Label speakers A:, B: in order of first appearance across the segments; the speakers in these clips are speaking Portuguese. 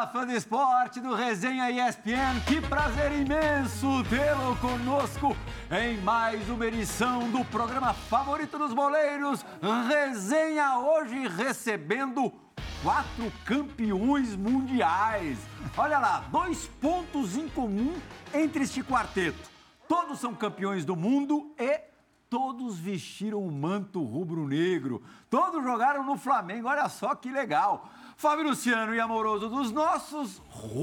A: Fala, fã do esporte do Resenha ESPN, que prazer imenso tê-lo conosco em mais uma edição do programa favorito dos boleiros, Resenha, hoje recebendo 4 campeões mundiais. Olha lá, 2 pontos em comum entre este quarteto. Todos são campeões do mundo e todos vestiram o manto rubro-negro. Todos jogaram no Flamengo, olha só que legal. Fábio Luciano e amoroso dos nossos,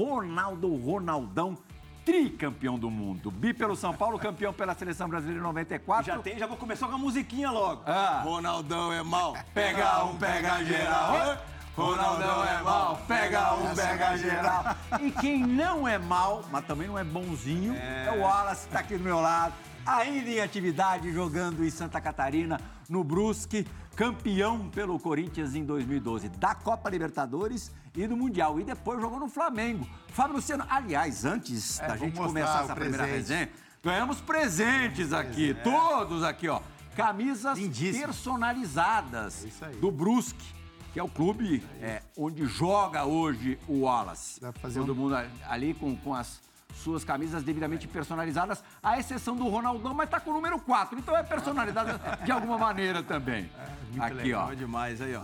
A: Ronaldão, tricampeão do mundo. Bi pelo São Paulo, campeão pela Seleção Brasileira em 94.
B: Já vou começar com a musiquinha logo. Ronaldão é mal,
A: Pega um, pega geral. Ronaldão é mal, pega um, pega geral. E quem não é mal, mas também não é bonzinho, é o Wallace, tá aqui do meu lado. Ainda em atividade, jogando em Santa Catarina, no Brusque, campeão pelo Corinthians em 2012, da Copa Libertadores e do Mundial. E depois jogou no Flamengo. Fábio Luciano, aliás, antes da gente começar essa primeira resenha, ganhamos presentes aqui, todos aqui, ó. Camisas personalizadas do Brusque, que é o clube onde joga hoje o Wallace. Todo mundo ali com as suas camisas devidamente personalizadas, à exceção do Ronaldão, mas tá com o número 4, então é personalizada de alguma maneira também. Aqui,
B: legal,
A: ó.
B: Demais aí, ó.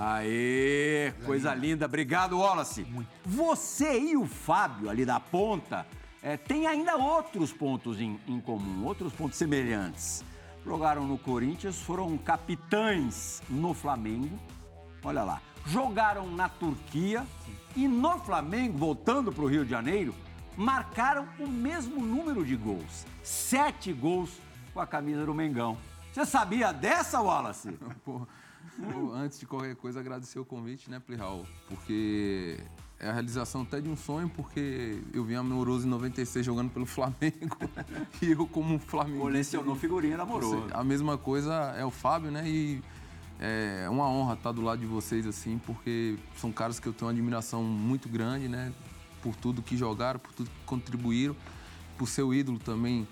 A: Aê, coisa linda. Obrigado, Wallace. Você e o Fábio, ali da ponta, tem ainda outros pontos em comum, outros pontos semelhantes. Jogaram no Corinthians, foram capitães no Flamengo, olha lá. Jogaram na Turquia e no Flamengo, voltando para o Rio de Janeiro, marcaram o mesmo número de gols. 7 gols com a camisa do Mengão. Você sabia dessa, Wallace?
C: Pô, antes de qualquer coisa, agradecer o convite, né, Plihal? Porque é a realização até de um sonho, porque eu vim amoroso em 96 jogando pelo Flamengo e eu como Flamengo.
A: Colecionou figurinha da Amoroso.
C: A mesma coisa é o Fábio, né? E é uma honra estar do lado de vocês, assim, porque são caras que eu tenho uma admiração muito grande, né? Por tudo que jogaram, por tudo que contribuíram, por ser o ídolo também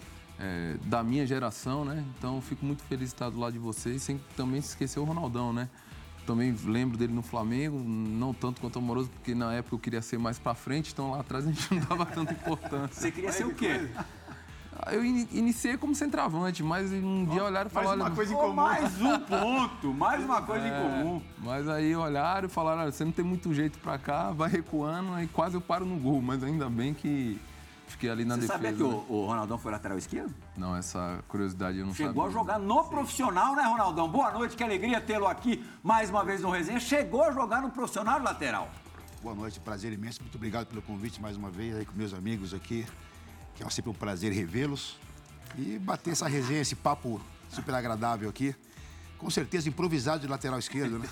C: da minha geração, né? Então, eu fico muito feliz de estar do lado de vocês, sem também se esquecer o Ronaldão, né? Também lembro dele no Flamengo, não tanto quanto o Amoroso, porque na época eu queria ser mais pra frente, então lá atrás a gente não dava tanta importância.
A: Você queria ser o quê?
C: Eu iniciei como centroavante, mas um dia olharam e falaram...
A: Mais uma coisa em comum. Mais um ponto, mais uma coisa em comum.
C: Mas aí olharam e falaram, olha, você não tem muito jeito pra cá, vai recuando, aí quase eu paro no gol, mas ainda bem que fiquei ali na defesa.
A: Você sabia que o Ronaldão foi lateral esquerdo?
C: Não, essa curiosidade eu não sabia.
A: Chegou a jogar no profissional, né, Ronaldão? Boa noite, que alegria tê-lo aqui mais uma vez no Resenha. Chegou a jogar no profissional lateral.
D: Boa noite, prazer imenso. Muito obrigado pelo convite mais uma vez aí com meus amigos aqui. Que é sempre um prazer revê-los e bater essa resenha, esse papo super agradável aqui. Com certeza improvisado de lateral esquerdo, né?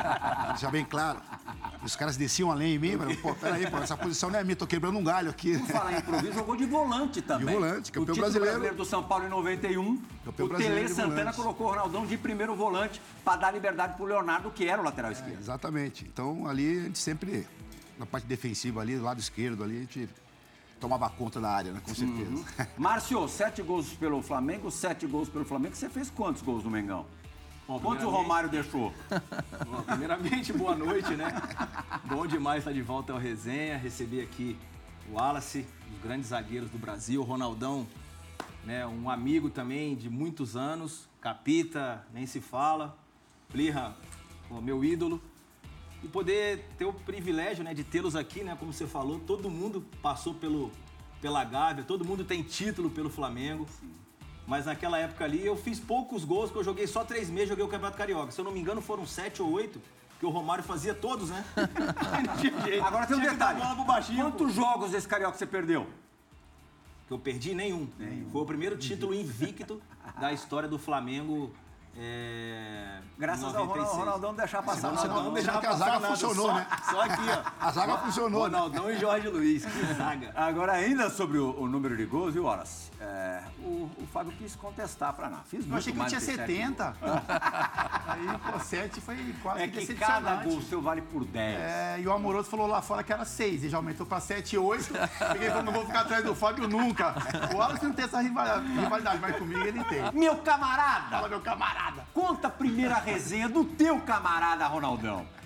D: Já bem claro. Os caras desciam além em mim, mas, pô, peraí, pô, essa posição não é minha, tô quebrando um galho aqui.
A: Por falar em improviso, jogou de volante também.
D: De volante, campeão
A: o
D: brasileiro
A: do São Paulo em 91. O Tele Santana colocou o Ronaldão de primeiro volante para dar liberdade pro Leonardo, que era o lateral esquerdo.
D: Exatamente. Então, ali, a gente sempre, na parte defensiva ali, do lado esquerdo ali, a gente tomava conta da área, né? Com certeza.
A: Márcio, 7 gols pelo Flamengo, 7 gols pelo Flamengo. Você fez quantos gols no Mengão?
B: Bom,
A: quantos o Romário deixou?
B: Bom, primeiramente, boa noite, né? Bom demais estar de volta ao Resenha. Receber aqui o Wallace, um dos grandes zagueiros do Brasil, o Ronaldão, né? Um amigo também de muitos anos, Capita, nem se fala, Plirra, meu ídolo. E poder ter o privilégio, né, de tê-los aqui, né, como você falou, todo mundo passou pela Gávea, todo mundo tem título pelo Flamengo. Sim. Mas naquela época ali eu fiz poucos gols, porque eu joguei só 3 meses, joguei o Campeonato Carioca. Se eu não me engano foram 7 ou 8, porque o Romário fazia todos, né? Não tinha jeito.
A: Agora tem um detalhe,
B: bola pro baixinho,
A: quantos jogos desse Carioca você perdeu?
B: Que eu perdi? Nenhum. Foi o primeiro título invicto da história do Flamengo.
A: Graças ao Ronaldão deixar passar.
D: Não deixar que a zaga funcionou, né?
B: Só aqui, ó.
D: A zaga funcionou.
B: Ronaldão e Jorge Luiz, que zaga.
A: Agora, ainda sobre o número de gols, viu, Wallace? O Fábio quis contestar para nada. Fiz muito.
E: Eu achei que eu tinha 70. Aí, pô, 7 foi quase
A: que
E: decepcionante.
A: Cada gol seu vale por 10.
E: E o Amoroso falou lá fora que era 6. E já aumentou para 7 e 8. Peguei e falou, não vou ficar atrás do Fábio nunca. O Wallace não tem essa rivalidade, mas comigo ele tem.
A: Meu camarada!
E: Fala, meu camarada.
A: Conta a primeira resenha do teu camarada Ronaldão.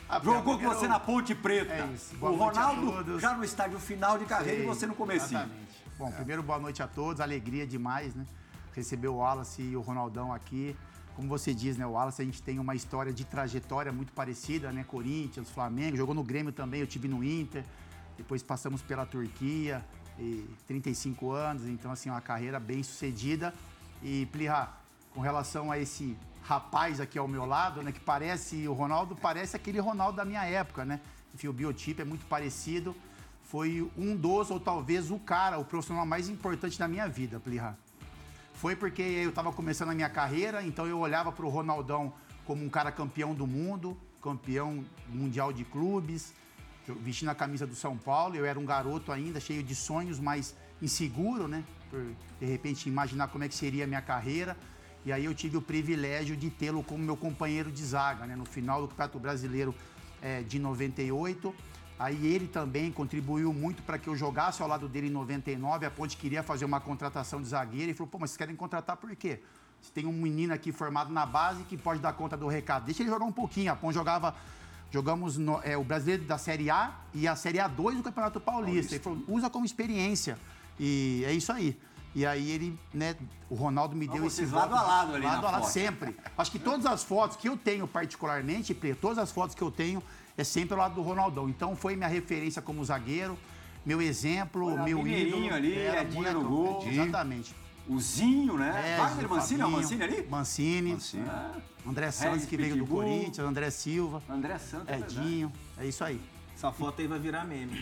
A: Jogou com você na Ponte Preta.
E: É isso. Boa
A: O
E: noite a
A: Ronaldo
E: todos.
A: já no estádio final de carreira
E: Sei,
A: e você no comecinho.
E: Exatamente. Bom, primeiro, boa noite a todos. Alegria demais, né? Receber o Wallace e o Ronaldão aqui. Como você diz, né? O Wallace, a gente tem uma história de trajetória muito parecida, né? Corinthians, Flamengo, jogou no Grêmio também, eu tive no Inter. Depois passamos pela Turquia, e 35 anos. Então, assim, uma carreira bem sucedida. E, Plihá, com relação a esse rapaz aqui ao meu lado, né? Que parece o Ronaldo, parece aquele Ronaldo da minha época, né? Enfim, o biotipo é muito parecido. Foi um dos, ou talvez o profissional mais importante da minha vida, Plihá. Foi porque eu estava começando a minha carreira, então eu olhava para o Ronaldão como um cara campeão do mundo, campeão mundial de clubes, vestindo a camisa do São Paulo. Eu era um garoto ainda, cheio de sonhos, mas inseguro, né? Por, de repente, imaginar como é que seria a minha carreira. E aí eu tive o privilégio de tê-lo como meu companheiro de zaga, né? No final do Campeonato Brasileiro de 98. Aí ele também contribuiu muito para que eu jogasse ao lado dele em 99. A Ponte queria fazer uma contratação de zagueiro e falou, pô, mas vocês querem contratar por quê? Você tem um menino aqui formado na base que pode dar conta do recado. Deixa ele jogar um pouquinho. A Ponte jogamos o Brasileiro da Série A e a Série A2 do Campeonato Paulista. Ele falou, usa como experiência. E é isso aí. E aí ele, né, o Ronaldo me deu esse
A: lado a lado ali
E: lado
A: na
E: a lado,
A: foto.
E: sempre. Acho que todas as fotos que eu tenho particularmente, todas as fotos que eu tenho é sempre ao lado do Ronaldão. Então foi minha referência como zagueiro, meu exemplo, meu ídolo.
A: Ali,
E: era
A: Edinho no
E: molecão.
A: gol.
E: Exatamente.
A: O Zinho, né? Wagner Mancini, é o
E: Fabinho,
A: Mancini ali?
E: Mancini. André Santos, que veio do
A: Pitbull.
E: Corinthians, André Silva,
A: André Santos.
E: Edinho. É isso aí.
B: Essa foto aí vai virar meme.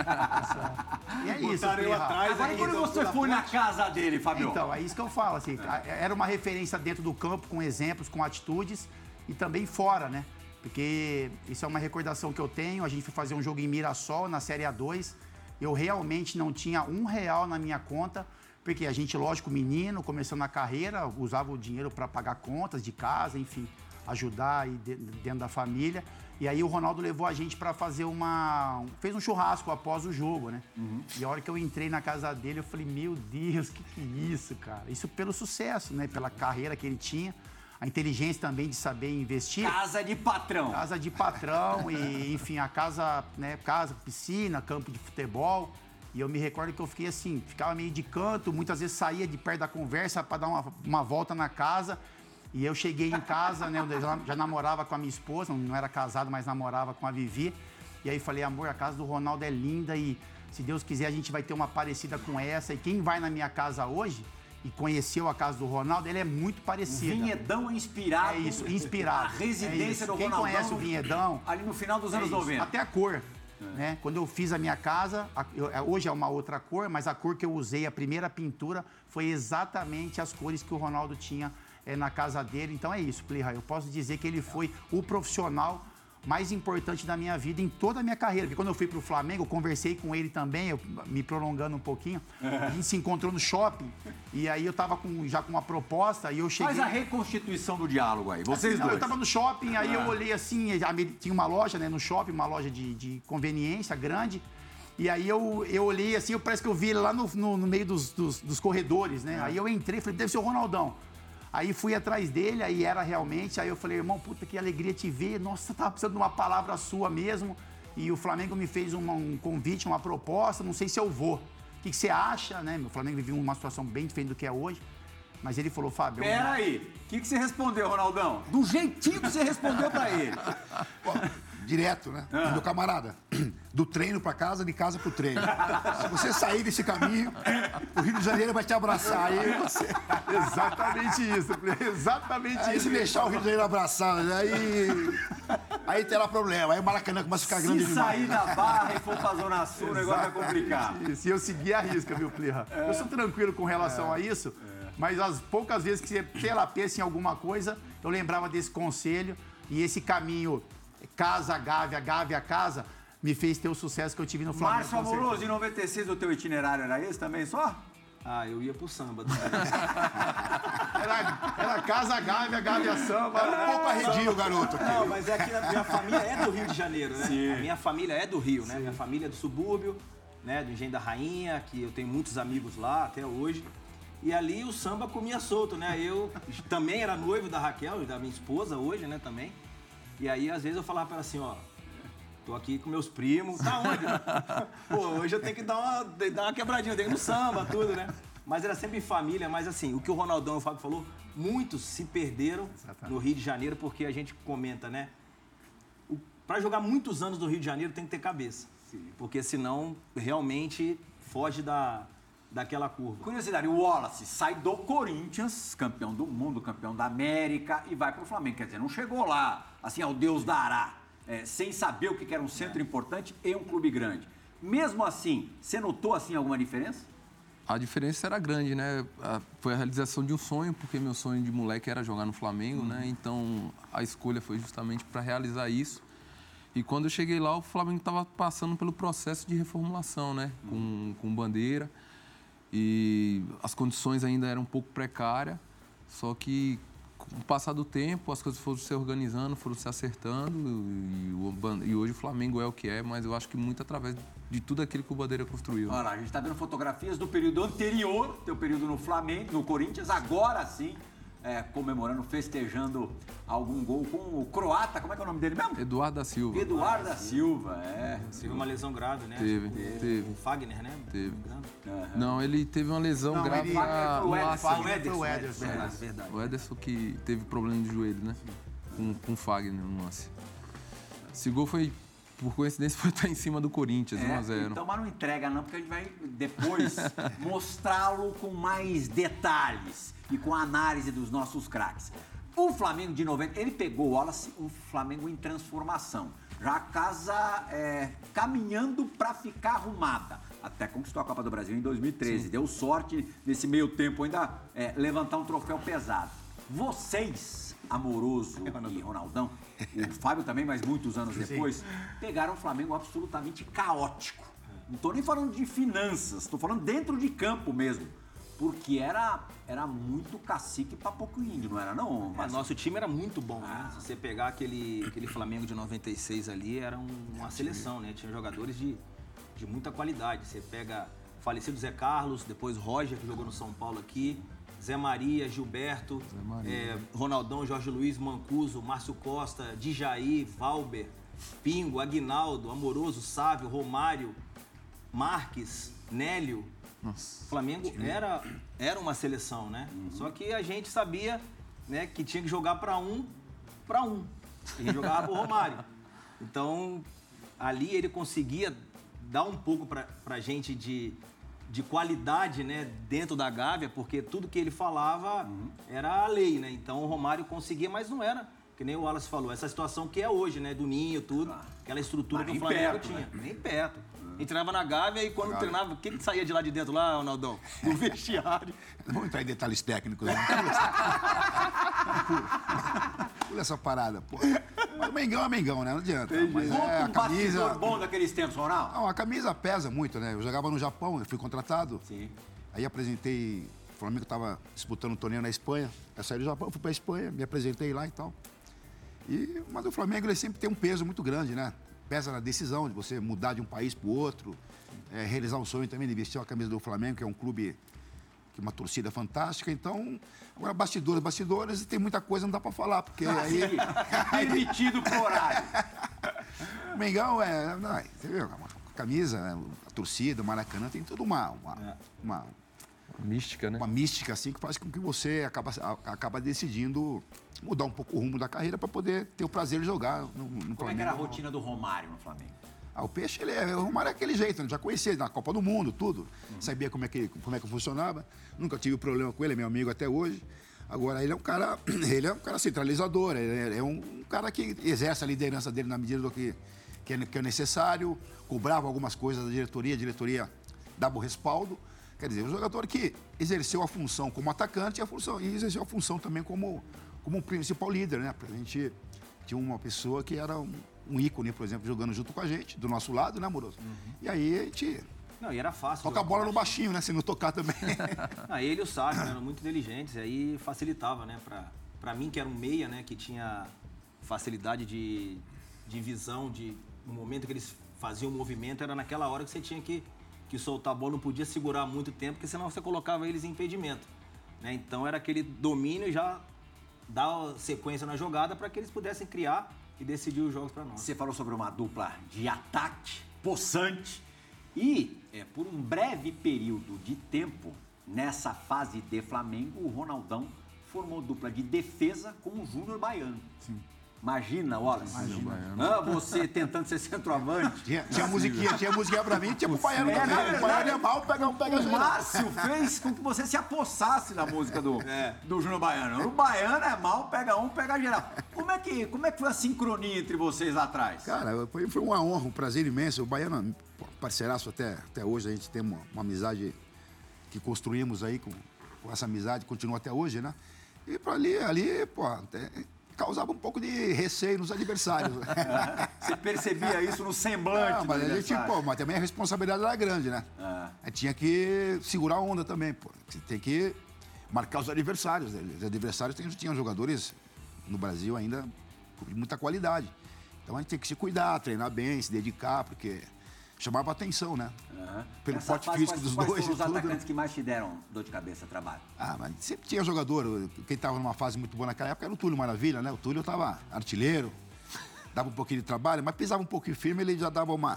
E: E é isso.
B: Botaram eu
E: Plihá.
B: atrás
A: Agora,
B: aí,
A: quando
B: então,
A: você
B: pela
A: foi na
B: ponte.
A: casa dele, Fabio?
E: Então, é isso que eu falo, assim, era uma referência dentro do campo, com exemplos, com atitudes, e também fora, né? Porque isso é uma recordação que eu tenho, a gente foi fazer um jogo em Mirassol, na Série A2, eu realmente não tinha R$1 na minha conta, porque a gente, lógico, menino, começando a carreira, usava o dinheiro para pagar contas de casa, enfim, ajudar aí dentro da família. E aí o Ronaldo levou a gente para fazer fez um churrasco após o jogo, né? E a hora que eu entrei na casa dele, eu falei, meu Deus, que é isso, cara? Isso pelo sucesso, né? Pela carreira que ele tinha, a inteligência também de saber investir.
A: Casa de patrão.
E: Casa de patrão e, enfim, a casa, né? Casa, piscina, campo de futebol. E eu me recordo que eu fiquei assim, ficava meio de canto, muitas vezes saía de perto da conversa para dar uma volta na casa. E eu cheguei em casa, né? Eu já namorava com a minha esposa, não era casado, mas namorava com a Vivi. E aí falei, amor, a casa do Ronaldo é linda e se Deus quiser a gente vai ter uma parecida com essa. E quem vai na minha casa hoje e conheceu a casa do Ronaldo, ele é muito parecida.
A: Vinhedão inspirado.
E: É isso, inspirado.
A: A residência do
E: Quem
A: Ronaldão.
E: conhece o Vinhedão...
A: Ali no final dos anos
E: isso,
A: 90.
E: Até a cor. Né? Quando eu fiz a minha casa, hoje é uma outra cor, mas a cor que eu usei, a primeira pintura, foi exatamente as cores que o Ronaldo tinha na casa dele. Então é isso, Plihá. Eu posso dizer que ele foi o profissional mais importante da minha vida em toda a minha carreira. Porque quando eu fui para o Flamengo, eu conversei com ele também, me prolongando um pouquinho. A gente se encontrou no shopping e aí eu estava já com uma proposta e eu cheguei...
A: Faz a reconstituição do diálogo aí, vocês dois.
E: Eu estava no shopping, aí eu olhei assim, tinha uma loja, né, no shopping, uma loja de conveniência grande. E aí eu olhei assim, parece que eu vi ele lá no meio dos corredores, né? Aí eu entrei e falei, deve ser o Ronaldão. Aí fui atrás dele, aí era realmente, aí eu falei, irmão, puta, que alegria te ver, nossa, tava precisando de uma palavra sua mesmo. E o Flamengo me fez um convite, uma proposta, não sei se eu vou. O que você acha, né? O Flamengo vivia uma situação bem diferente do que é hoje. Mas ele falou, Fábio...
A: Pera aí, o que você respondeu, Ronaldão? Do jeitinho que você respondeu pra ele.
D: Pô, direto, né? Meu camarada, do treino pra casa, de casa pro treino. Se você sair desse caminho, o Rio de Janeiro vai te abraçar. Aí você...
E: Exatamente isso, exatamente
D: Aí
E: isso.
D: se deixar o Rio de Janeiro abraçar, aí terá problema. Aí o Maracanã começa a ficar grande
A: Se
D: demais.
A: sair da Barra e for pra Zona Sul, o negócio vai complicar.
E: Isso, e eu segui a risca, viu, Plihá? Eu sou tranquilo com relação a isso, mas as poucas vezes que você, sei lá, pensa em alguma coisa, eu lembrava desse conselho e esse caminho casa, Gávea, Gávea, casa, me fez ter o sucesso que eu tive no Flamengo.
A: Márcio
E: com certeza.
A: Amoroso, em 96 o teu itinerário era esse também só?
B: Ah, eu ia pro samba.
E: Era casa, Gávea, Gávea, samba.
D: Um pouco arredio, garoto.
B: Não, mas é que a minha família é do Rio de Janeiro, né?
A: Sim.
B: A minha família é do Rio, né? Minha família é do subúrbio, né? Do Engenho da Rainha, que eu tenho muitos amigos lá até hoje. E ali o samba comia solto, né? Eu também era noivo da Raquel, da minha esposa hoje, né, também. E aí, às vezes, eu falava pra ela assim, ó, Tô aqui com meus primos. Tá onde? Pô, hoje eu tenho que dar uma quebradinha, eu tenho que ir no samba, tudo, né? Mas era sempre em família, mas assim, o que o Ronaldão e o Fábio falou, muitos se perderam no Rio de Janeiro, porque a gente comenta, né? Para jogar muitos anos no Rio de Janeiro tem que ter cabeça. Porque senão, realmente, foge daquela curva.
A: Curiosidade, o Wallace sai do Corinthians, campeão do mundo, campeão da América, e vai pro Flamengo. Quer dizer, não chegou lá, assim, ao Deus dará, sem saber o que era um centro importante e um clube grande. Mesmo assim, você notou, assim, alguma diferença?
C: A diferença era grande, né? Foi a realização de um sonho, porque meu sonho de moleque era jogar no Flamengo, né? Então, a escolha foi justamente para realizar isso. E quando eu cheguei lá, o Flamengo estava passando pelo processo de reformulação, né? Com Bandeira. E as condições ainda eram um pouco precárias. Só que, com o passar do tempo, as coisas foram se organizando, foram se acertando. E hoje o Flamengo é o que é, mas eu acho que muito através de tudo aquilo que o Bandeira construiu.
A: Olha lá, a gente está vendo fotografias do período anterior, teu período no Flamengo, no Corinthians, agora sim, comemorando, festejando algum gol com o croata, como é que é o nome dele mesmo?
C: Eduardo da Silva.
A: Eduardo da Silva,
B: Teve uma lesão grave, né?
C: Teve.
B: O Fagner, né?
C: Teve. Não, ele teve uma lesão grave no ácido.
E: Foi o Ederson.
B: Verdade.
C: O Ederson que teve problema de joelho, né? Com o Fagner no lance. Esse gol foi, por coincidência, foi estar em cima do Corinthians, 1-0.
A: Então, mas não entrega não, porque a gente vai depois mostrá-lo com mais detalhes e com a análise dos nossos craques. O Flamengo de 90, ele pegou o Wallace, um Flamengo em transformação. Já a casa caminhando para ficar arrumada. Até conquistou a Copa do Brasil em 2013. Sim. Deu sorte, nesse meio tempo, ainda levantar um troféu pesado. Vocês, Amoroso e Ronaldão, o Fábio também, mas muitos anos depois, pegaram um Flamengo absolutamente caótico. Não estou nem falando de finanças, estou falando dentro de campo mesmo. Porque era muito cacique pra pouco índio, não era não?
B: Nosso time era muito bom, né? Se você pegar aquele Flamengo de 96 ali, era uma seleção, né? Tinha jogadores de muita qualidade. Você pega o falecido Zé Carlos, depois Roger, que jogou no São Paulo aqui, Zé Maria, Gilberto, Ronaldão, Jorge Luiz, Mancuso, Márcio Costa, Djaí, Valber, Pingo, Aguinaldo, Amoroso, Sávio, Romário, Marques, Nélio.
C: Nossa.
B: O Flamengo era uma seleção, né? Só que a gente sabia, né, que tinha que jogar para um. E a gente jogava pro Romário. Então, ali ele conseguia dar um pouco pra gente de qualidade, né, dentro da Gávea, porque tudo que ele falava era a lei, né? Então o Romário conseguia, mas não era, que nem o Wallace falou, essa situação que é hoje, né, do Ninho, tudo, aquela estrutura que o Flamengo tinha. Nem perto. A gente treinava na Gávea e quando treinava, o que saía de lá de dentro lá, Ronaldão? Do vestiário.
D: Não vamos entrar em detalhes técnicos, né? Pula essa parada, pô. Mas o Mengão é Mengão, né? Não adianta. Mas
A: Conta
D: a
A: um
D: camisa...
A: bastidor bom daqueles tempos, Ronaldo.
D: Não, a camisa pesa muito, né? Eu jogava no Japão, eu fui contratado.
A: Sim.
D: Aí apresentei... O Flamengo estava disputando um torneio na Espanha. Eu saí do Japão, fui pra Espanha, me apresentei lá e tal. Mas o Flamengo, ele sempre tem um peso muito grande, né? Pesa na decisão de você mudar de um país para o outro, realizar um sonho também de vestir a camisa do Flamengo, que é um clube, que é uma torcida fantástica. Então, agora bastidores, tem muita coisa, não dá para falar, porque aí...
A: Permitido pro horário.
D: O Mengão você viu, a camisa, a torcida, o Maracanã, tem tudo uma
C: mística, né?
D: Uma mística, assim, que faz com que você acaba decidindo mudar um pouco o rumo da carreira para poder ter o prazer de jogar no Flamengo.
A: Como é que era a rotina do Romário no Flamengo?
D: O Peixe, o Romário é aquele jeito, né? Já conhecia na Copa do Mundo, tudo. Sabia como é que funcionava. Nunca tive problema com ele, é meu amigo até hoje. Agora, ele é um cara centralizador, ele é um cara que exerce a liderança dele na medida do que é necessário, cobrava algumas coisas da diretoria, a diretoria dava o respaldo. Quer dizer, um jogador que exerceu a função como atacante e exerceu a função também como principal líder, né? A gente tinha uma pessoa que era um ícone, por exemplo, jogando junto com a gente, do nosso lado, né, Amoroso? E aí a gente...
B: Não, e era fácil.
D: Toca a bola no baixinho, né? Se não tocar também.
B: Ele e o Sávio, né, eram muito inteligentes, e aí facilitava, né? Pra mim, que era um meia, né? Que tinha facilidade de visão, no momento que eles faziam o movimento, era naquela hora que você tinha que soltar a bola, não podia segurar muito tempo, porque senão você colocava eles em impedimento, né? Então era aquele domínio e já dar sequência na jogada para que eles pudessem criar e decidiu os jogos para nós.
A: Você falou sobre uma dupla de ataque, possante, e por um breve período de tempo, nessa fase de Flamengo, o Ronaldão formou dupla de defesa com o Júnior Baiano.
E: Sim.
A: Imagina, Wallace. Você tentando ser centroavante.
D: Tinha musiquinha pra mim, tinha pro Baiano também. O Baiano é mal, pega
A: O
D: geral.
A: Márcio fez com que você se apossasse da música do Júnior Baiano. O Baiano é mal, pega um, pega geral. Como é que foi a sincronia entre vocês lá atrás?
D: Cara, foi uma honra, um prazer imenso. O Baiano, parceiraço até hoje, a gente tem uma amizade que construímos aí com essa amizade, continua até hoje, né? E pra ali, pô, causava um pouco de receio nos adversários.
A: Você percebia isso no semblante?
D: Mas a gente, mas também a responsabilidade era grande, né? A gente tinha que segurar a onda também, pô. Você tem que marcar os adversários. Né? Os adversários tinham jogadores no Brasil ainda de muita qualidade. Então a gente tem que se cuidar, treinar bem, se dedicar, porque chamava atenção, né? Pelo porte físico dos dois.
A: Quais foram os atacantes que mais te deram dor de cabeça, trabalho?
D: Mas sempre tinha jogador. Quem estava numa fase muito boa naquela época era o Túlio Maravilha, né? O Túlio estava artilheiro, dava um pouquinho de trabalho, mas pisava um pouquinho firme, ele já dava uma...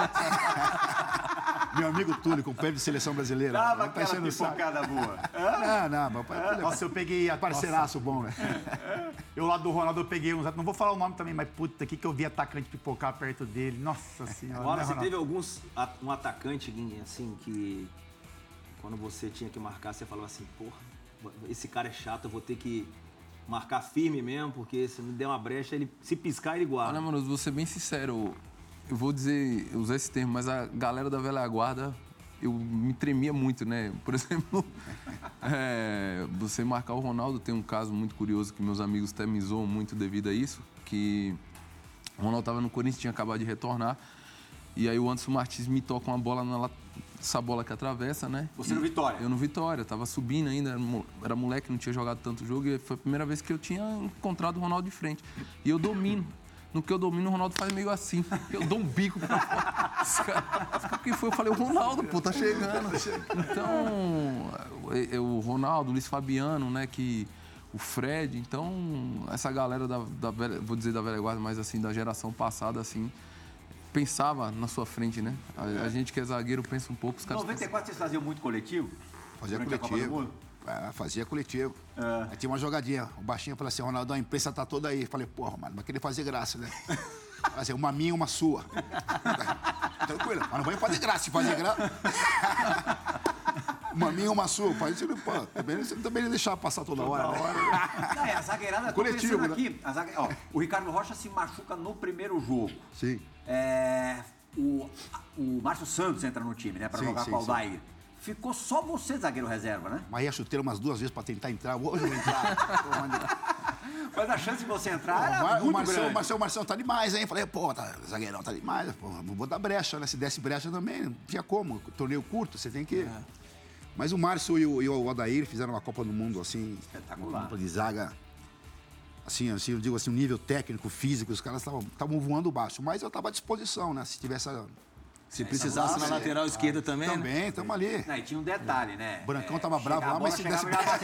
D: Meu amigo Túlio, companheiro de seleção brasileira.
A: Dava aquela pipocada boa.
D: Não.
E: Nossa, eu peguei...
D: Parceiraço bom, né?
E: Eu lá do Ronaldo, eu peguei uns... Não vou falar o nome também, mas puta, que eu vi atacante pipocar perto dele. Nossa Senhora.
B: Agora, você teve um atacante, assim, que quando você tinha que marcar, você falava assim, porra, esse cara é chato, eu vou ter que marcar firme mesmo, porque se me der uma brecha, ele se piscar, ele guarda.
C: Olha, mano, vou ser bem sincero, eu vou usar esse termo, mas a galera da velha guarda, eu me tremia muito, né? Por exemplo, você marcar o Ronaldo, tem um caso muito curioso que meus amigos até me zoam muito devido a isso, que o Ronaldo estava no Corinthians, tinha acabado de retornar, e aí o Anderson Martins me toca uma bola essa bola que atravessa, né?
A: Você no Vitória?
C: Eu no Vitória, tava subindo ainda, era moleque, não tinha jogado tanto jogo, e foi a primeira vez que eu tinha encontrado o Ronaldo de frente. E eu domino. No que eu domino, o Ronaldo faz meio assim. Eu dou um bico pra fora. O que foi? Eu falei, o Ronaldo, pô, tá chegando. Então, o Ronaldo, o Luiz Fabiano, né, o Fred, então, essa galera da velha, vou dizer da velha guarda, mas assim, da geração passada, assim, pensava na sua frente, né? A gente que é zagueiro pensa um pouco, os caras...
A: Em 94 vocês faziam muito coletivo?
D: Fazia coletivo. Fazia coletivo. Aí tinha uma jogadinha. O baixinho falou assim, Ronaldo, a imprensa tá toda aí. Falei, porra, mano, vai querer fazer graça, né? Assim, uma minha, uma sua. Tranquilo, mas não vai fazer graça. Se fazer graça... Uma minha, uma sua. Você também não deixava passar toda hora.
A: Não, a zagueirada...
D: Coletivo, né?
A: Aqui, o Ricardo Rocha se machuca no primeiro jogo.
D: Sim.
A: O Márcio Santos entra no time, né? Pra jogar com o Aldair. Ficou só você, zagueiro reserva, né?
D: Mas ia chuteiro umas 2 vezes pra tentar entrar. Hoje eu vou entrar.
A: Mas a chance de você entrar era muito grande.
D: O Marcelo tá demais, hein? Falei, zagueirão tá demais. Pô, não vou dar brecha, né? Se desse brecha também, não tinha como. Torneio curto, você tem que... Mas o Márcio e o Aldair fizeram uma Copa do Mundo, assim...
A: Espetacular.
D: Uma Copa de zaga... Assim, eu digo assim, um nível técnico, físico, os caras estavam voando baixo. Mas eu tava à disposição, né? Se tivesse...
B: Se precisasse na lateral esquerda também,
D: também,
B: né?
D: estamos ali.
A: Não, e tinha um detalhe, né?
D: O Brancão tava bravo lá, mas se desse...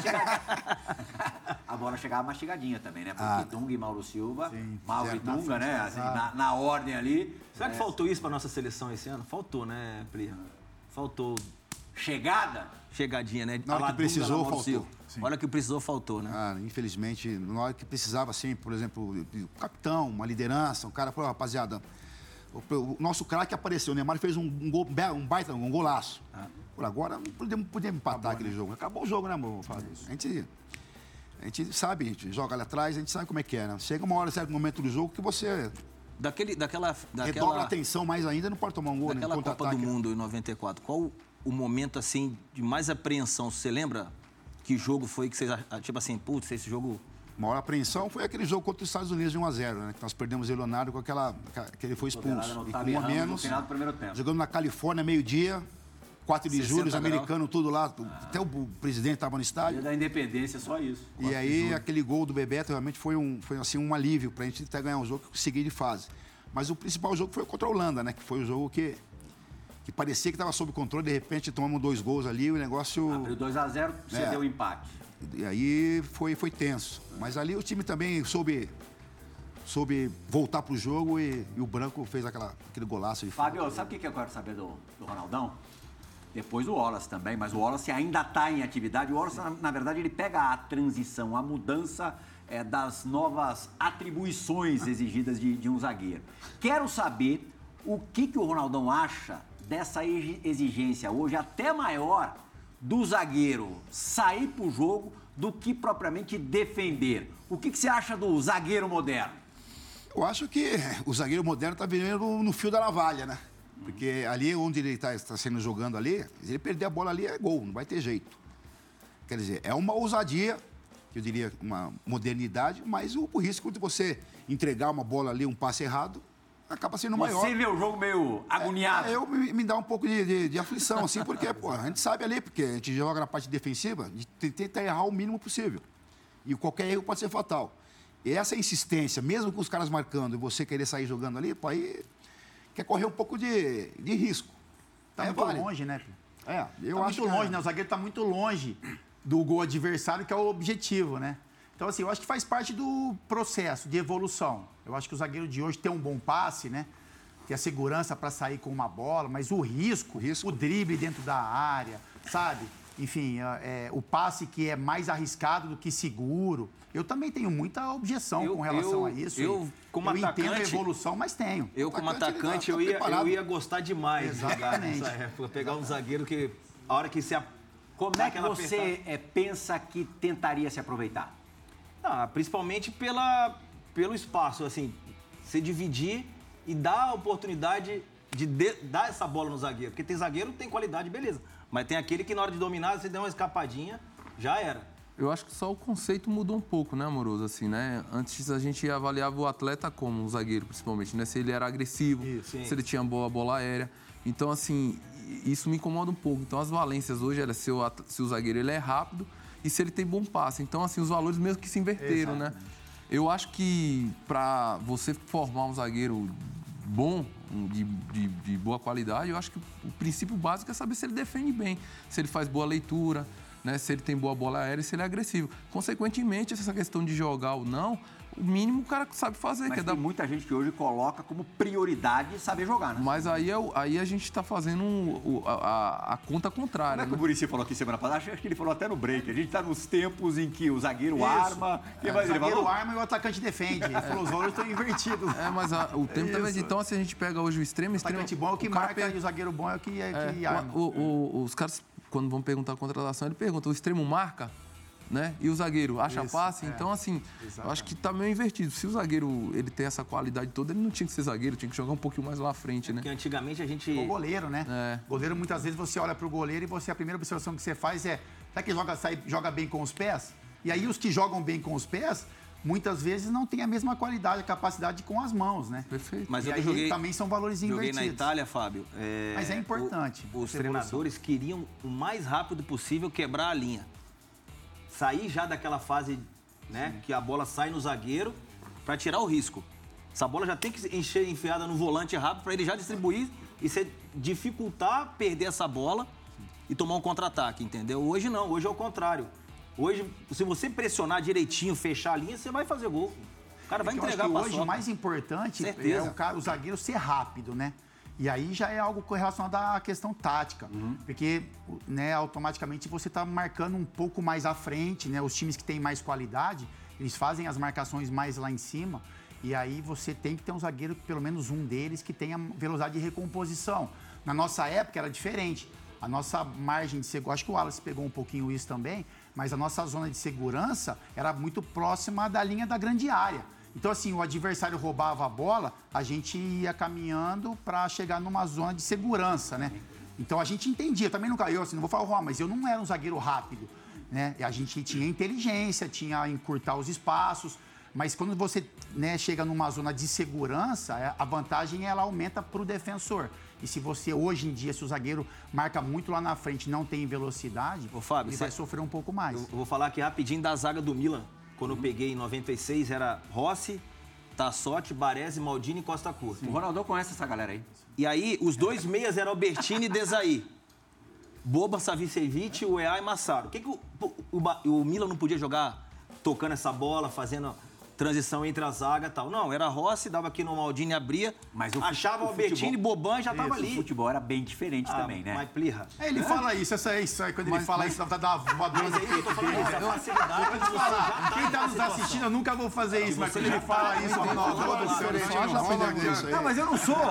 A: A bola chegava mastigadinha também, né? Porque Dunga e Mauro Silva, Mauro e
D: certo,
A: Dunga, né? Assim, na ordem ali.
B: Será que faltou isso pra nossa seleção esse ano? Faltou, né, Pri? Faltou. Chegadinha, né?
D: Na hora que precisou, faltou.
B: Na hora que precisou, faltou, né?
D: Infelizmente, na hora que precisava, assim, por exemplo, o capitão, uma liderança, um cara falou, rapaziada, o nosso craque apareceu, o Neymar fez um golaço. Por agora, não podemos empatar aquele jogo. Acabou o jogo, né, amor? A gente sabe, a gente joga ali atrás, a gente sabe como é que é, né? Chega uma hora, certo momento do jogo, que você... Redobra a atenção mais ainda, não pode tomar um gol, né?
B: Daquela Copa do Mundo em 94, qual o momento, assim, de mais apreensão? Você lembra que jogo foi que vocês... Tipo assim, putz, esse jogo...
D: A maior apreensão foi aquele jogo contra os Estados Unidos de 1-0, né? Que nós perdemos o Leonardo com que ele foi expulso. E com 1 a menos, jogando na Califórnia, meio-dia, 4 de julho, os americanos tudo lá, até o presidente estava no estádio.
A: Dia da independência, só isso.
D: E aí, aquele gol do Bebeto realmente foi assim, um alívio pra gente até ganhar um jogo e seguir de fase. Mas o principal jogo foi contra a Holanda, né? Que foi o jogo que parecia que estava sob controle, de repente tomamos 2 gols ali, o negócio...
A: Abriu 2-0, você deu o empate.
D: E aí foi tenso. Mas ali o time também soube soube voltar pro jogo e o Branco fez aquele golaço de
A: Fábio, sabe o que eu quero saber do Ronaldão? Depois o Wallace também, mas o Wallace ainda está em atividade. O Wallace, na verdade, ele pega a transição, a mudança das novas atribuições exigidas de um zagueiro. Quero saber o que o Ronaldão acha dessa exigência hoje até maior do zagueiro sair pro jogo do que propriamente defender. O que você acha do zagueiro moderno?
D: Eu acho que o zagueiro moderno está vivendo no fio da navalha, né? Porque ali onde ele está sendo jogando ali, se ele perder a bola ali é gol, não vai ter jeito. Quer dizer, é uma ousadia, eu diria uma modernidade, mas o risco de você entregar uma bola ali, um passe errado, acaba sendo maior.
A: Você vê o jogo meio agoniado?
D: Me dá um pouco de aflição, assim, porque pô, a gente sabe ali, porque a gente joga na parte defensiva, a gente tenta errar o mínimo possível. E qualquer erro pode ser fatal. E essa insistência, mesmo com os caras marcando e você querer sair jogando ali, pô, aí quer correr um pouco de risco.
E: Tá muito longe, né?
D: Eu acho
E: muito longe, né? O zagueiro tá muito longe do gol adversário, que é o objetivo, né? Então, assim, eu acho que faz parte do processo de evolução. Eu acho que o zagueiro de hoje tem um bom passe, né? Tem a segurança para sair com uma bola, mas o risco, o drible dentro da área, sabe? Enfim, o passe que é mais arriscado do que seguro. Eu também tenho muita objeção com relação a isso.
B: Eu
E: entendo a evolução, mas tenho.
B: Eu, como atacante, eu ia gostar demais de jogar nessa época. Pegar um zagueiro que, a hora que se...
A: Como é que você pensa que tentaria se aproveitar?
B: Principalmente pelo espaço, assim, você dividir e dar a oportunidade de dar essa bola no zagueiro. Porque tem zagueiro que tem qualidade, beleza. Mas tem aquele que na hora de dominar, você der uma escapadinha, já era.
C: Eu acho que só o conceito mudou um pouco, né, Amoroso? Assim, né? Antes a gente avaliava o atleta como um zagueiro, principalmente, né? Se ele era agressivo, se ele tinha boa bola aérea. Então, assim, isso me incomoda um pouco. Então, as valências hoje era se o zagueiro ele é rápido e se ele tem bom passe. Então, assim, os valores mesmo que se inverteram, né? Eu acho que para você formar um zagueiro bom, de boa qualidade, eu acho que o princípio básico é saber se ele defende bem, se ele faz boa leitura, né, se ele tem boa bola aérea e se ele é agressivo. Consequentemente, essa questão de jogar ou não, o mínimo o cara sabe fazer.
A: Mas tem muita gente que hoje coloca como prioridade saber jogar, né?
C: Mas aí a gente está fazendo a conta contrária.
A: Não é que o Muricy falou aqui semana passada? Acho que ele falou até no break. A gente está nos tempos em que o zagueiro arma...
E: O zagueiro arma e o atacante defende. Ele falou, os valores estão invertidos.
C: Mas o tempo também... Então, se a gente pega hoje o extremo...
E: O atacante bom é o que marca e o zagueiro bom é o que arma.
C: Os caras, quando vão perguntar a contratação, ele pergunta, o extremo marca? Né? E o zagueiro acha passe, então assim, eu acho que tá meio invertido. Se o zagueiro ele tem essa qualidade toda, ele não tinha que ser zagueiro, tinha que jogar um pouquinho mais lá à frente, né?
B: Porque antigamente a gente...
E: O goleiro, né? Goleiro, muitas vezes você olha pro goleiro e a primeira observação que você faz é, será que ele joga bem com os pés? E aí os que jogam bem com os pés, muitas vezes não têm a mesma qualidade, a capacidade com as mãos, né?
C: Perfeito.
B: Mas
E: também são valores invertidos.
B: Joguei na Itália, Fábio.
E: Mas é importante.
B: Os treinadores queriam o mais rápido possível quebrar a linha. Sair já daquela fase, né, que a bola sai no zagueiro para tirar o risco. Essa bola já tem que encher enfiada no volante rápido para ele já distribuir e você dificultar perder essa bola e tomar um contra-ataque, entendeu? Hoje não, hoje é o contrário. Hoje, se você pressionar direitinho, fechar a linha, você vai fazer gol. O cara vai entregar a paçoca.
E: Hoje o mais importante é o zagueiro ser rápido, né? E aí já é algo relacionado à questão tática, porque né, automaticamente você está marcando um pouco mais à frente, né? Os times que têm mais qualidade, eles fazem as marcações mais lá em cima, e aí você tem que ter um zagueiro, pelo menos um deles, que tenha velocidade de recomposição. Na nossa época era diferente. A nossa margem de segurança, acho que o Wallace pegou um pouquinho isso também, mas a nossa zona de segurança era muito próxima da linha da grande área. Então, assim, o adversário roubava a bola, a gente ia caminhando para chegar numa zona de segurança, né? Então, a gente entendia. Também nunca, não vou falar, mas eu não era um zagueiro rápido, né? A gente tinha inteligência, tinha encurtar os espaços, mas quando você chega numa zona de segurança, a vantagem ela aumenta para o defensor. E se você, hoje em dia, se o zagueiro marca muito lá na frente e não tem velocidade,
B: Fábio,
E: ele vai sofrer um pouco mais.
B: Eu vou falar aqui rapidinho da zaga do Milan. Quando eu peguei em 96, era Rossi, Tassotti, Baresi, Maldini e Costa Curta.
A: O Ronaldão conhece essa galera aí.
B: E aí, os dois meias eram Albertini e Desailly. Boba, Savicevic, Uea e Massaro. O que o Milan não podia jogar tocando essa bola, fazendo transição entre a zaga e tal. Não, era Rossi, dava aqui no Maldini, abria, achava o Albertini, Boban e já tava ali.
A: O futebol era bem diferente também, né?
B: Mas Plirra.
E: Ele fala isso aí, quando ele fala isso, dá vontade de dar uma voadora no peito dele. Quem tá nos assistindo, eu nunca vou fazer isso, mas quando ele fala isso, o Ronaldo diferente.
A: Não, mas eu não sou.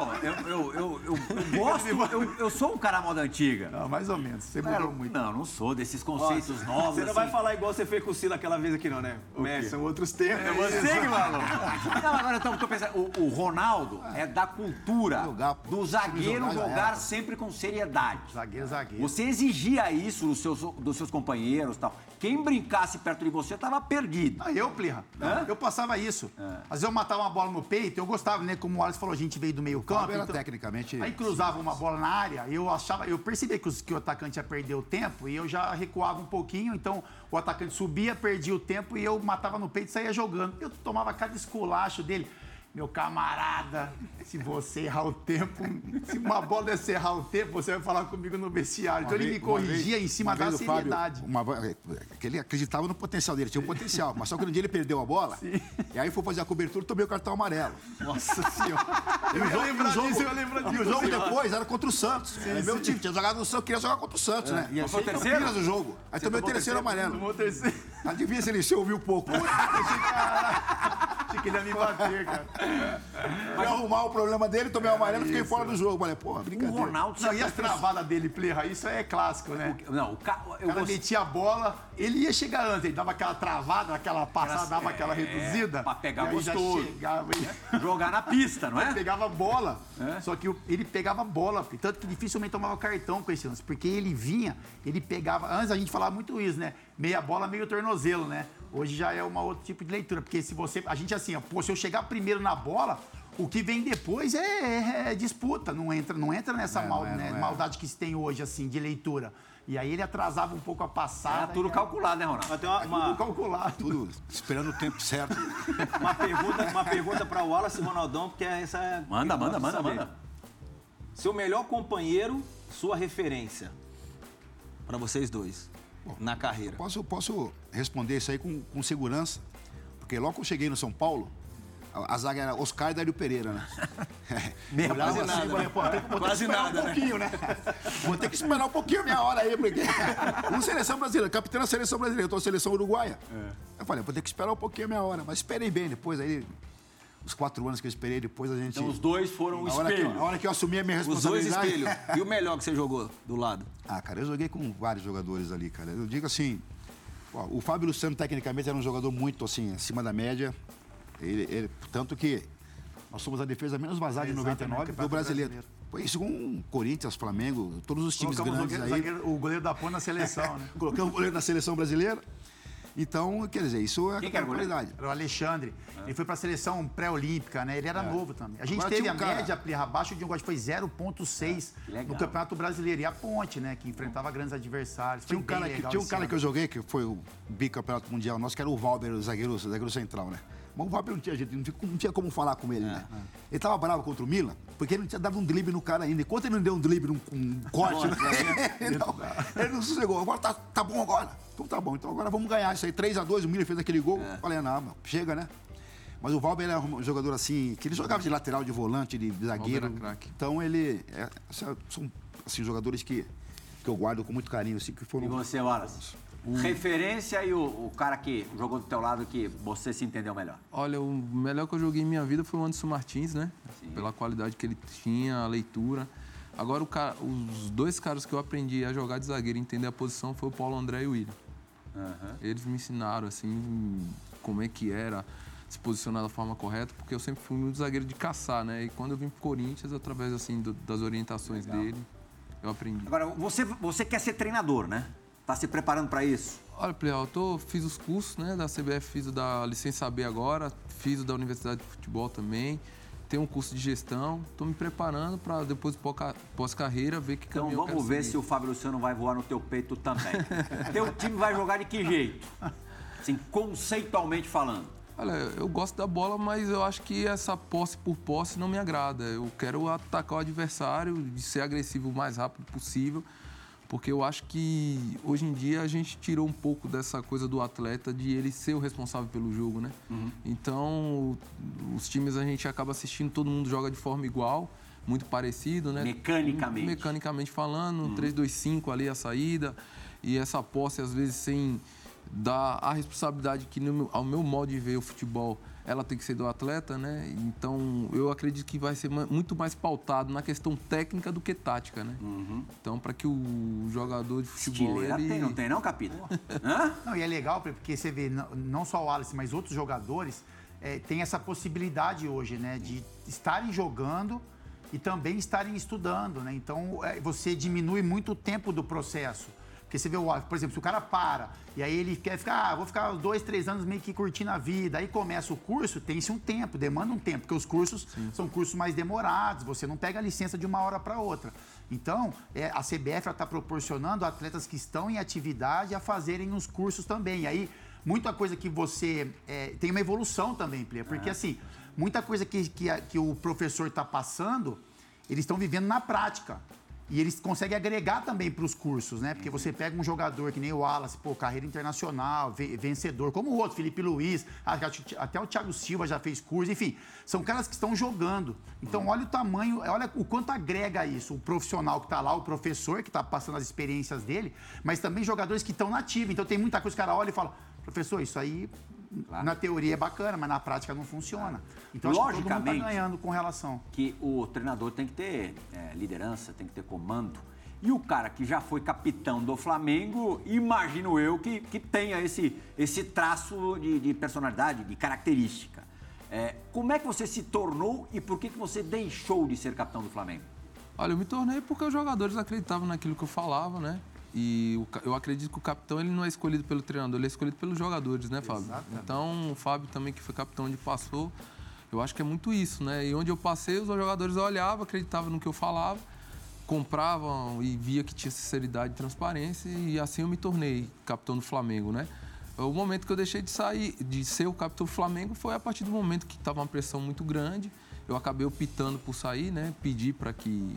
A: Eu gosto, eu sou um cara moda antiga.
E: Não, mais ou menos. Você mudou muito.
A: Não sou desses conceitos novos.
B: Você não vai falar igual você fez com o Sila aquela vez aqui, não, né?
E: São outros tempos.
A: É você que falou. Não, agora eu tô pensando, o Ronaldo é da cultura do zagueiro jogar sempre com seriedade.
E: Zagueiro.
A: Você exigia isso dos seus companheiros e tal. Quem brincasse perto de você tava perdido.
E: Eu, Plirra. Eu passava isso. Às vezes eu matava uma bola no peito, eu gostava, né? Como o Alisson falou, a gente veio do meio campo.
D: Era tecnicamente...
E: Aí cruzava uma bola na área, eu percebia que o atacante ia perder o tempo e eu já recuava um pouquinho, então o atacante subia, perdia o tempo e eu matava no peito e saía jogando. Eu tomava cada esculacho dele. Meu camarada, se você errar o tempo, se uma bola desse errar o tempo, você vai falar comigo no vestiário. Então ele me corrigia em cima da seriedade.
D: Que ele acreditava no potencial dele, tinha um potencial. Mas só que no dia ele perdeu a bola, e aí foi fazer a cobertura e tomei o cartão amarelo.
E: Nossa Senhora. Eu lembro disso.
D: E o jogo depois era contra o Santos. Era meu time, tinha jogado no Santos, queria jogar contra o Santos, né?
A: E foi o terceiro?
D: Do jogo. Aí tomei o terceiro amarelo.
E: Tomou o terceiro.
D: Adivinha se ele ouviu pouco.
E: Achei que ele ia me bater, cara.
D: Pra arrumar o problema dele, tomei o amarelo e fiquei fora do jogo. Falei, porra, brincadeira.
A: O Ronaldo...
E: Não, e a travada dele, Plirra, isso é clássico, né?
A: O cara
E: metia a bola, ele ia chegar antes, ele dava aquela travada, aquela passada, dava aquela reduzida.
A: Pra pegar
E: gostoso.
A: Jogar na pista, não é?
E: Ele pegava bola, só que ele pegava bola, tanto que dificilmente tomava cartão com esse lance, porque ele vinha, ele pegava... Antes a gente falava muito isso, né? Meia bola, meio tornozelo, né? Hoje já é um outro tipo de leitura, porque se você... A gente assim, se eu chegar primeiro na bola, o que vem depois é disputa, não entra nessa maldade que se tem hoje, assim, de leitura. E aí ele atrasava um pouco a passada.
A: Era tudo calculado, né, Ronaldo?
E: Tudo calculado.
D: Tudo esperando o tempo certo.
B: Uma pergunta para o Wallace e Ronaldão, porque essa é...
A: Manda.
B: Seu melhor companheiro, sua referência para vocês dois, na carreira.
D: Posso responder isso aí com segurança, porque logo que eu cheguei no São Paulo, a zaga era Oscar e Dario Pereira, né?
B: Quase nada, né? Quase nada,
D: um pouquinho, né? Vou ter que esperar um pouquinho a minha hora aí, porque... Seleção brasileira, capitão da seleção brasileira, eu tô na seleção uruguaia. Eu falei, vou ter que esperar um pouquinho a minha hora, mas esperei bem depois, aí... Os 4 anos que eu esperei, depois a gente...
A: Então os dois foram o espelho.
D: A hora que eu assumi a minha responsabilidade...
B: Os dois espelho. E o melhor que você jogou do lado?
D: Cara, eu joguei com vários jogadores ali, cara. Eu digo assim, o Fábio Luciano, tecnicamente, era um jogador muito, assim, acima da média. Tanto que nós somos a defesa menos vazada de 99 do brasileiro. Foi isso com o Corinthians, Flamengo, todos os times grandes aí.
E: O goleiro da Pô na seleção, né?
D: Colocamos o goleiro na seleção brasileira. Então, quer dizer, isso é a qualidade.
E: Era o Alexandre. Ele foi para a seleção pré-olímpica, né? Ele era novo também. A gente teve a média abaixo de um foi 0,6 no Campeonato Brasileiro. E a Ponte, né? Que enfrentava grandes adversários.
D: Tinha um cara que eu joguei, que foi o bicampeonato mundial nosso, que era o Valber, o zagueiro central, né? Mas o Valber não tinha jeito, não tinha como falar com ele, né? Ele tava bravo contra o Milan, porque ele não tinha dado um drible no cara ainda. Enquanto ele não deu um drible, um corte, né? Ele não sossegou. Agora tá bom agora. Então tá bom. Então agora vamos ganhar isso aí. 3-2, o Milan fez aquele gol. Falei, não, chega, né? Mas o Valber era um jogador assim, que ele jogava de lateral, de volante, de zagueiro. Então ele... são assim, jogadores que eu guardo com muito carinho. Assim, que foram...
A: E você, Wallace? Referência e o cara que jogou do teu lado que você se entendeu melhor?
C: Olha, o melhor que eu joguei em minha vida foi o Anderson Martins, né? Sim. Pela qualidade que ele tinha, a leitura. Agora, os dois caras que eu aprendi a jogar de zagueiro e entender a posição foi o Paulo André e o William. Eles me ensinaram, assim, como é que era se posicionar da forma correta, porque eu sempre fui muito zagueiro de caçar, né? E quando eu vim pro Corinthians, através, assim, das orientações dele, eu aprendi.
A: Agora, você quer ser treinador, né? Tá se preparando para isso?
C: Olha, Plihal, fiz os cursos, né, da CBF, fiz o da Licença B agora, fiz o da Universidade de Futebol também, tenho um curso de gestão, estou me preparando para depois pós-carreira ver que caminho eu quero seguir.
A: Então vamos ver se o Fábio Luciano vai voar no teu peito também. Teu time vai jogar de que jeito? Assim, conceitualmente falando.
C: Olha, eu gosto da bola, mas eu acho que essa posse por posse não me agrada. Eu quero atacar o adversário, de ser agressivo o mais rápido possível, Porque eu acho que hoje em dia a gente tirou um pouco dessa coisa do atleta de ele ser o responsável pelo jogo, né? Então, os times a gente acaba assistindo, todo mundo joga de forma igual, muito parecido, né? Mecanicamente falando, 3-2-5 ali a saída, e essa posse às vezes sem dar a responsabilidade que ao meu modo de ver o futebol, ela tem que ser do atleta, né? Então, eu acredito que vai ser muito mais pautado na questão técnica do que tática, né? Então, para que o jogador de futebol...
A: Não tem não, Capita?
E: Não, e é legal, porque você vê, não só o Wallace, mas outros jogadores têm essa possibilidade hoje, né? De estarem jogando e também estarem estudando, né? Então, você diminui muito o tempo do processo. Porque você vê, por exemplo, se o cara para e aí ele quer ficar, vou ficar 2, 3 anos meio que curtindo a vida, aí começa o curso, tem-se um tempo, demanda um tempo, porque os cursos são cursos mais demorados, você não pega a licença de uma hora para outra. Então, a CBF está proporcionando atletas que estão em atividade a fazerem os cursos também. E aí, muita coisa que você... tem uma evolução também, Plea, porque assim, muita coisa que o professor está passando, eles estão vivendo na prática. E eles conseguem agregar também para os cursos, né? Porque você pega um jogador que nem o Wallace, carreira internacional, vencedor, como o outro, Felipe Luiz, até o Thiago Silva já fez curso, enfim, são caras que estão jogando. Então, olha o tamanho, olha o quanto agrega isso, o profissional que está lá, o professor que está passando as experiências dele, mas também jogadores que estão na ativa. Então, tem muita coisa que o cara olha e fala, professor, isso aí... Na teoria é bacana, mas na prática não funciona. Então, acho que todo mundo está ganhando com relação.
A: Que o treinador tem que ter liderança, tem que ter comando. E o cara que já foi capitão do Flamengo, imagino eu que tenha esse traço de personalidade, de característica. Como é que você se tornou e por que você deixou de ser capitão do Flamengo?
C: Olha, eu me tornei porque os jogadores acreditavam naquilo que eu falava, né? E eu acredito que o capitão ele não é escolhido pelo treinador, ele é escolhido pelos jogadores, né, Fábio? Exatamente. Então, o Fábio também, que foi capitão onde passou, eu acho que é muito isso, né? E onde eu passei, os jogadores olhavam, acreditavam no que eu falava, compravam e via que tinha sinceridade e transparência, e assim eu me tornei capitão do Flamengo, né? O momento que eu deixei de ser o capitão do Flamengo foi a partir do momento que estava uma pressão muito grande, eu acabei optando por sair, né? Pedi para que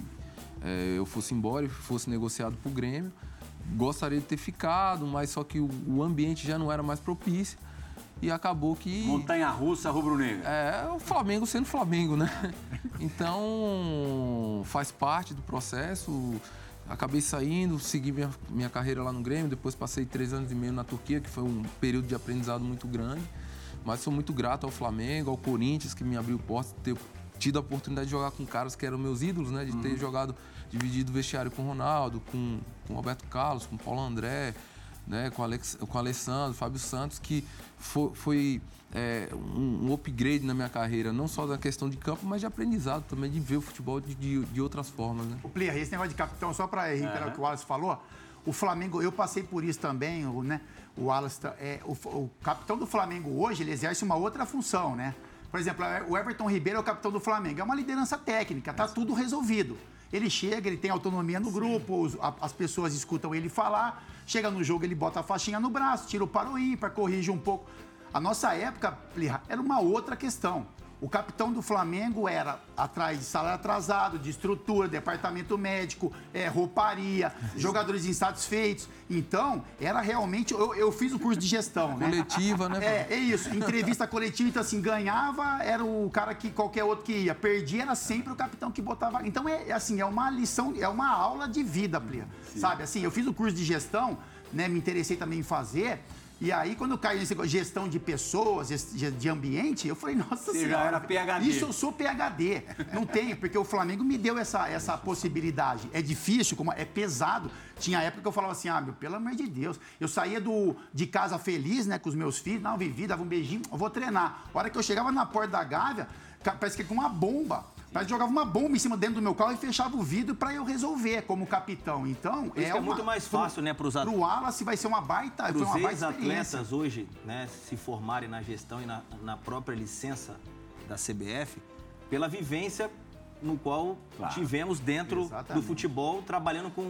C: eu fosse embora e fosse negociado para o Grêmio. Gostaria de ter ficado, mas só que o ambiente já não era mais propício e acabou que...
A: Montanha-russa rubro-negra.
C: O Flamengo sendo Flamengo, né? Então, faz parte do processo. Acabei saindo, segui minha carreira lá no Grêmio, depois passei 3 anos e meio na Turquia, que foi um período de aprendizado muito grande. Mas sou muito grato ao Flamengo, ao Corinthians, que me abriu portas, ter tido a oportunidade de jogar com caras que eram meus ídolos, né? De ter dividido o vestiário com o Ronaldo, com o Roberto Carlos, com o Paulo André, né? Com o Alessandro, Fábio Santos, que foi um upgrade na minha carreira, não só na questão de campo, mas de aprendizado também, de ver o futebol de outras formas, né?
E: O Plea, esse negócio de capitão, só para reiterar o que o Wallace falou, o Flamengo, eu passei por isso também, né? O Wallace, o capitão do Flamengo hoje, ele exerce uma outra função, né? Por exemplo, o Everton Ribeiro é o capitão do Flamengo. É uma liderança técnica, tá tudo resolvido. Ele chega, ele tem autonomia no grupo, as pessoas escutam ele falar, chega no jogo, ele bota a faixinha no braço, tira o para o ímpar, corrige um pouco. A nossa época, era uma outra questão. O capitão do Flamengo era atrás de salário atrasado, de estrutura, departamento médico, rouparia, jogadores insatisfeitos. Então, era realmente... Eu fiz o curso de gestão, né?
C: Coletiva, né?
E: É isso. Entrevista coletiva, então assim, ganhava, era o cara que qualquer outro que ia. Perdia, era sempre o capitão que botava... Então, é uma lição, é uma aula de vida, Plea. Sabe, assim, eu fiz o curso de gestão, né? Me interessei também em fazer... E aí, quando eu caí nessa gestão de pessoas, de ambiente, eu falei, nossa senhora,
A: já era PhD.
E: Isso eu sou PhD. Não tenho, porque o Flamengo me deu essa possibilidade. É difícil, é pesado. Tinha época que eu falava assim, pelo amor de Deus. Eu saía de casa feliz, né, com os meus filhos, vivi, dava um beijinho, eu vou treinar. A hora que eu chegava na porta da Gávea, parece que com uma bomba. Parece que jogava uma bomba em cima dentro do meu carro e fechava o vidro para eu resolver como capitão. Então,
B: é muito mais fácil, né, para os atletas.
E: Para o Wallace vai ser uma baita experiência.
B: Para os ex-atletas hoje, né, se formarem na gestão e na própria licença da CBF, pela vivência no qual tivemos dentro do futebol, trabalhando com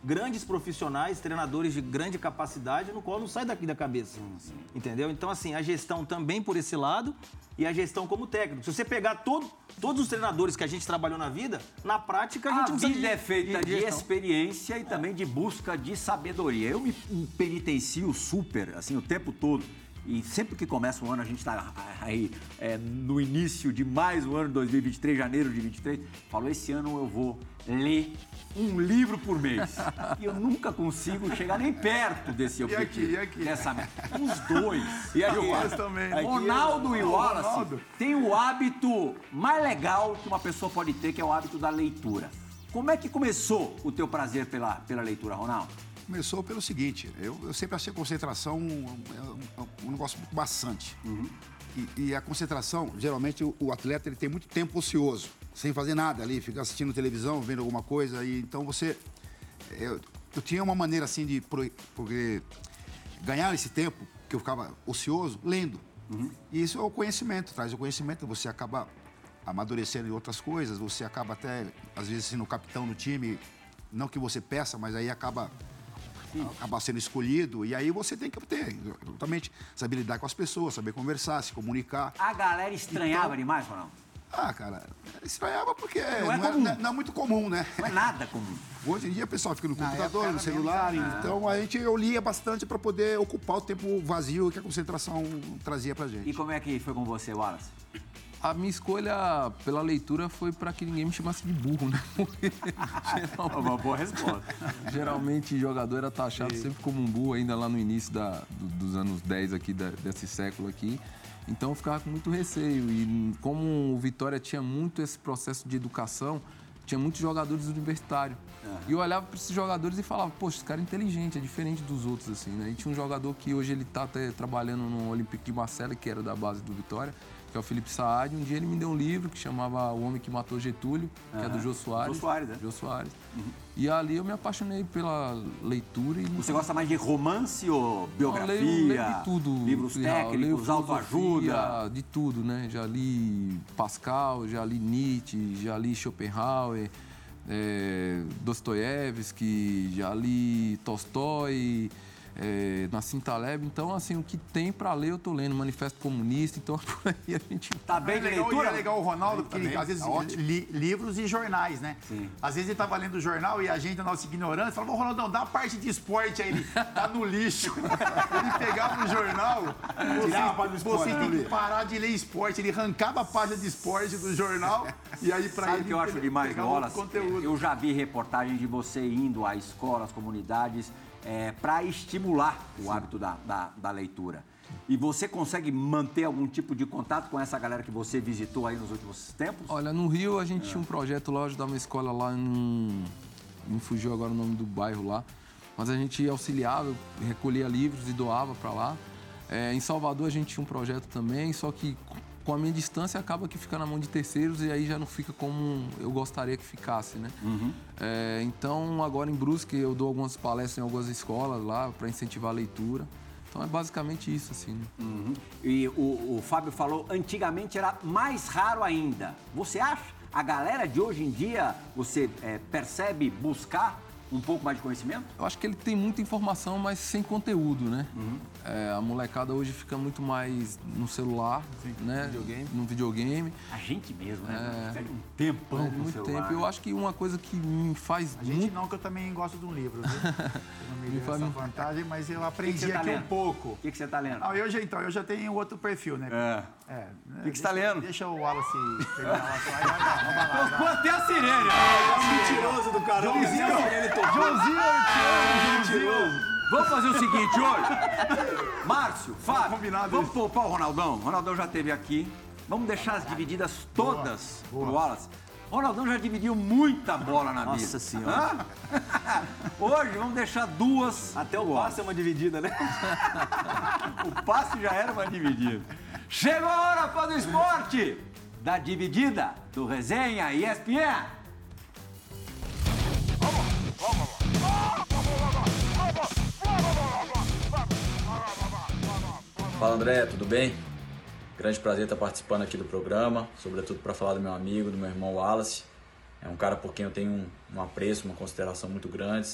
B: grandes profissionais, treinadores de grande capacidade, no qual não sai daqui da cabeça. Entendeu? Então, assim, a gestão também por esse lado e a gestão como técnico. Se você pegar todos os treinadores que a gente trabalhou na vida, na prática a gente não precisa
A: vida é feita de
B: gestão.
A: experiência e também de busca de sabedoria. Eu me penitencio super, assim, o tempo todo. E sempre que começa o ano, a gente está aí no início de mais um ano, 2023, janeiro de 2023, falou, esse ano eu vou ler um livro por mês. E eu nunca consigo chegar nem perto desse objetivo.
E: E aqui?
A: Dessa meta. Uns 2.
E: E aqui? Eu também.
A: Ronaldo e Wallace
E: Ronaldo.
A: têm o hábito mais legal que uma pessoa pode ter, que é o hábito da leitura. Como é que começou o teu prazer pela leitura, Ronaldo?
D: Começou pelo seguinte, eu sempre achei a concentração um negócio muito maçante. E a concentração, geralmente o atleta ele tem muito tempo ocioso, sem fazer nada ali, fica assistindo televisão, vendo alguma coisa. E então eu tinha uma maneira assim de poder ganhar esse tempo, que eu ficava ocioso, lendo. E isso é o conhecimento, traz o conhecimento, você acaba amadurecendo em outras coisas, você acaba até, às vezes, sendo capitão no time, não que você peça, mas aí acaba sendo escolhido, e aí você tem que ter exatamente essa habilidade com as pessoas, saber conversar, se comunicar.
A: A galera estranhava demais, Ronaldo?
D: Cara, estranhava porque não é muito comum, né?
A: Não é nada comum.
D: Hoje em dia o pessoal fica no computador, no celular, então eu lia bastante para poder ocupar o tempo vazio que a concentração trazia pra gente.
A: E como é que foi com você, Wallace?
C: A minha escolha pela leitura foi para que ninguém me chamasse de burro, né? Porque
A: Uma boa resposta.
C: geralmente jogador era taxado sempre como um burro, ainda lá no início dos anos 10 aqui, desse século aqui. Então eu ficava com muito receio. E como o Vitória tinha muito esse processo de educação, tinha muitos jogadores universitários. E eu olhava para esses jogadores e falava, poxa, esse cara é inteligente, é diferente dos outros, assim, né? E tinha um jogador que hoje ele tá até trabalhando no Olympique de Marseille, que era da base do Vitória, que é o Felipe Saad. Um dia ele me deu um livro que chamava O Homem que Matou Getúlio, que é do Jô Soares.
A: Jô Soares, né?
C: Jô Soares. E ali eu me apaixonei pela leitura. E
A: Você gosta mais de romance ou biografia?
C: Eu leio de tudo.
A: Livros técnicos, autoajuda?
C: De tudo, né? Já li Pascal, já li Nietzsche, já li Schopenhauer, Dostoiévski, já li Tolstói, Nassim Taleb. Então, assim, o que tem pra ler eu tô lendo. Manifesto Comunista, então por aí a gente...
A: Tá bem de leitura?
E: É legal o Ronaldo, porque ele, às vezes, livros e jornais, né?
A: Sim.
E: Às vezes ele tava lendo o jornal e a gente, a nossa ignorância, falava, Ronaldão, dá a parte de esporte aí, ele tá no lixo. Ele pegava o jornal, você tem que parar de ler esporte. Ele arrancava a página de esporte do jornal e aí pra
A: Sabe
E: ele...
A: o que eu acho demais, Wallace?
E: Conteúdo.
A: Eu já vi reportagem de você indo a escolas, comunidades, para estimular o hábito da leitura. E você consegue manter algum tipo de contato com essa galera que você visitou aí nos últimos tempos?
C: Olha, no Rio a gente tinha um projeto lá, eu ajudava uma escola lá me fugiu agora o nome do bairro lá, mas a gente auxiliava, recolhia livros e doava para lá. Em Salvador a gente tinha um projeto também, só que com a minha distância acaba que fica na mão de terceiros e aí já não fica como eu gostaria que ficasse, né? Então agora em Brusque eu dou algumas palestras em algumas escolas lá para incentivar a leitura. Então é basicamente isso, assim, né?
A: E o Fábio falou, antigamente era mais raro ainda. Você acha? A galera de hoje em dia, você percebe buscar um pouco mais de conhecimento?
C: Eu acho que ele tem muita informação, mas sem conteúdo, né? A molecada hoje fica muito mais no celular, né? No videogame.
A: A gente mesmo, né? Perde um tempão com o
C: muito
A: celular.
C: tempo. Eu acho que uma coisa que me faz
E: A gente
C: muito...
E: não, que eu também gosto de um livro, viu? Eu não me dei
C: faz
E: essa
C: muito-
E: vantagem, mas eu
A: O que
E: aprendi
A: você tá
E: aqui um
A: lendo?
E: pouco.
A: O que você tá lendo?
E: Não, eu já tenho outro perfil, né?
A: O que você tá lendo?
E: Deixa o Wallace terminar lá. Vamos lá.
A: Quanto é a sirene?
B: Mentiroso do caramba.
A: Vamos fazer o seguinte hoje. Márcio, Fábio,
E: combinado
A: vamos
E: isso.
A: poupar o Ronaldão. O Ronaldão já esteve aqui. Vamos deixar as divididas todas pro Wallace. O Ronaldão já dividiu muita bola na vida.
B: Nossa Senhora.
A: Hã? Hoje vamos deixar duas.
B: Até o passe é uma dividida, né?
A: O passe já era uma dividida. Chegou a hora para o esporte da dividida do Resenha ESPN.
F: Fala André, tudo bem? Grande prazer estar participando aqui do programa, sobretudo para falar do meu amigo, do meu irmão Wallace. É um cara por quem eu tenho um apreço, uma consideração muito grandes.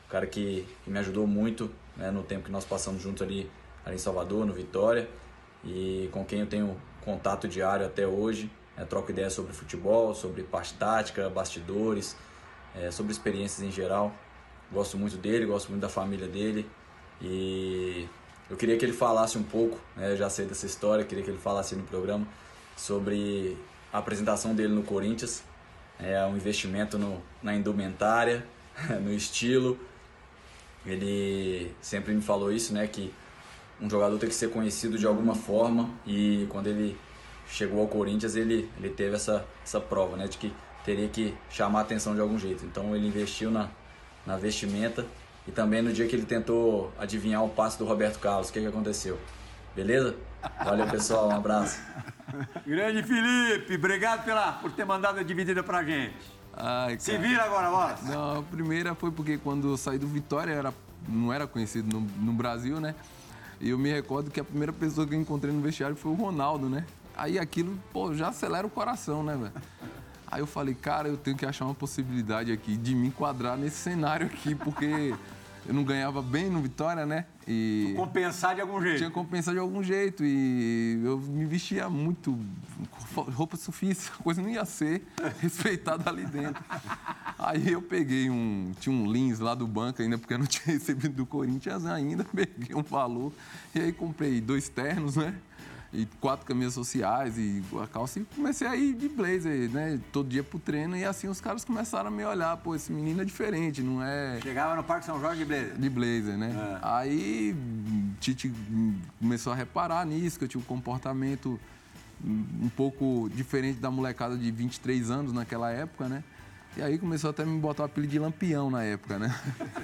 F: um cara que me ajudou muito, né, no tempo que nós passamos juntos ali em Salvador, no Vitória, e com quem eu tenho contato diário até hoje. Troco ideias sobre futebol, sobre parte tática, bastidores, sobre experiências em geral. Gosto muito dele, gosto muito da família dele, e eu queria que ele falasse um pouco, né, eu já sei dessa história, queria que ele falasse no programa sobre a apresentação dele no Corinthians, um investimento na indumentária, no estilo. Ele sempre me falou isso, né, que um jogador tem que ser conhecido de alguma forma, e quando ele chegou ao Corinthians, ele teve essa prova, né, de que teria que chamar a atenção de algum jeito. Então ele investiu na vestimenta, e também no dia que ele tentou adivinhar o passe do Roberto Carlos, o que aconteceu? Beleza? Valeu, pessoal, um abraço.
A: Grande Felipe, obrigado por ter mandado a dividida pra gente.
C: Ai,
A: Se vira agora, Wallace.
C: Não, a primeira foi porque quando eu saí do Vitória, não era conhecido no Brasil, né? E eu me recordo que a primeira pessoa que eu encontrei no vestiário foi o Ronaldo, né? Aí aquilo, pô, já acelera o coração, né, velho? Aí eu falei, cara, eu tenho que achar uma possibilidade aqui de me enquadrar nesse cenário aqui, porque eu não ganhava bem no Vitória, né? E
A: compensar de algum jeito.
C: Tinha que compensar de algum jeito, e eu me vestia muito, roupa suficiente, a coisa não ia ser respeitada ali dentro. Aí eu peguei tinha um Lins lá do banco ainda, porque eu não tinha recebido do Corinthians ainda, peguei um valor, e aí comprei 2 ternos, né? E 4 camisas sociais e a calça, e comecei a ir de blazer, né? Todo dia pro treino, e assim os caras começaram a me olhar, pô, esse menino é diferente, não é...
A: Chegava no Parque São Jorge de blazer.
C: De blazer, né? Aí Tite começou a reparar nisso, que eu tinha um comportamento um pouco diferente da molecada de 23 anos naquela época, né? E aí começou até a me botar o apelido de Lampião na época, né?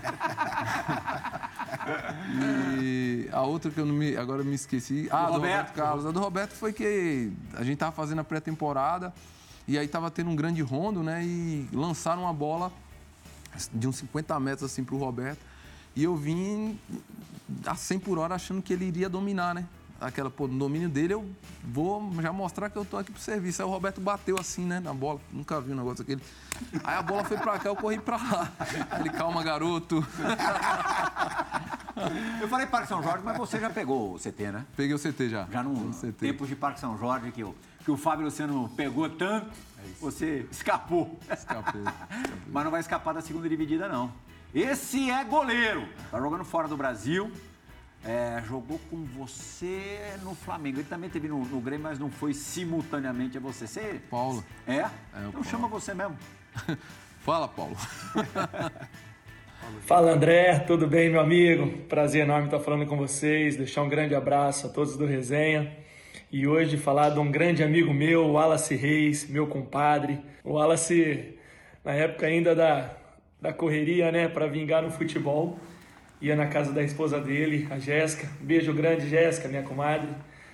C: E a outra que agora eu me esqueci... do Roberto Carlos. A do Roberto foi que a gente tava fazendo a pré-temporada, e aí tava tendo um grande rondo, né? E lançaram uma bola de uns 50 metros assim pro Roberto, e eu vim a 100 por hora achando que ele iria dominar, né? No domínio dele, eu vou já mostrar que eu tô aqui pro serviço. Aí o Roberto bateu assim, né, na bola. Nunca vi um negócio daquele. Aí a bola foi pra cá, eu corri pra lá. Aí ele, calma, garoto.
A: Eu falei Parque São Jorge, mas você já pegou o CT, né?
C: Peguei o CT já.
A: Já no tempos de Parque São Jorge, que o Fábio Luciano pegou tanto, você escapou.
C: Escapei.
A: Mas não vai escapar da segunda dividida, não. Esse é goleiro. Tá jogando fora do Brasil. Jogou com você no Flamengo. Ele também teve no Grêmio, mas não foi simultaneamente a você. Você...
C: Paulo.
A: Então
C: Paulo.
A: Chama você mesmo.
C: Fala, Paulo.
G: Fala, André. Tudo bem, meu amigo? Prazer enorme estar falando com vocês. Deixar um grande abraço a todos do Resenha. E hoje falar de um grande amigo meu, o Wallace Reis, meu compadre. O Wallace, na época ainda da correria, né, para vingar no futebol, ia na casa da esposa dele, a Jéssica. Beijo grande, Jéssica, minha comadre.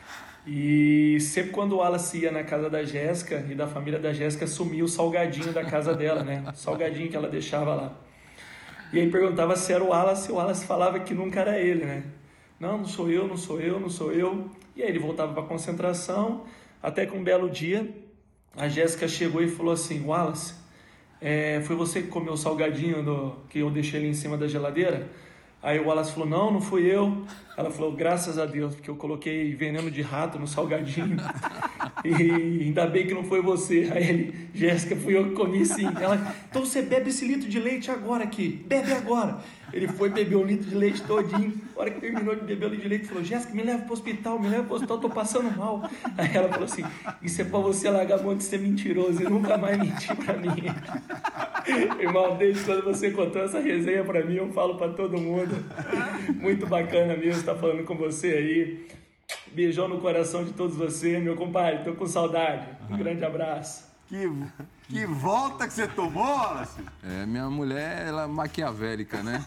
G: E sempre quando o Wallace ia na casa da Jéssica e da família da Jéssica, sumia o salgadinho da casa dela, né? O salgadinho que ela deixava lá. E aí perguntava se era o Wallace falava que nunca era ele, né? Não sou eu, não sou eu, não sou eu. E aí ele voltava para a concentração, até que um belo dia, a Jéssica chegou e falou assim, Wallace, foi você que comeu o salgadinho que eu deixei ali em cima da geladeira? Aí o Wallace falou, não fui eu. Ela falou, graças a Deus, porque eu coloquei veneno de rato no salgadinho. E ainda bem que não foi você. Aí ele, Jéssica, fui eu que comi sim. Ela, então você bebe esse litro de leite agora aqui. Bebe agora. Ele foi beber um litro de leite todinho. Na hora que terminou de beber o litro de leite, falou, Jéssica, me leva pro hospital, tô passando mal. Aí ela falou assim, isso é pra você largar a mão de ser mentiroso e nunca mais mentir pra mim. Irmão, desde quando você contou essa resenha pra mim, eu falo pra todo mundo. Muito bacana mesmo estar falando com você aí. Beijão no coração de todos vocês, meu compadre. Tô com saudade. Um grande abraço.
A: Que volta que você tomou, Wallace?
C: Minha mulher, ela é maquiavélica, né?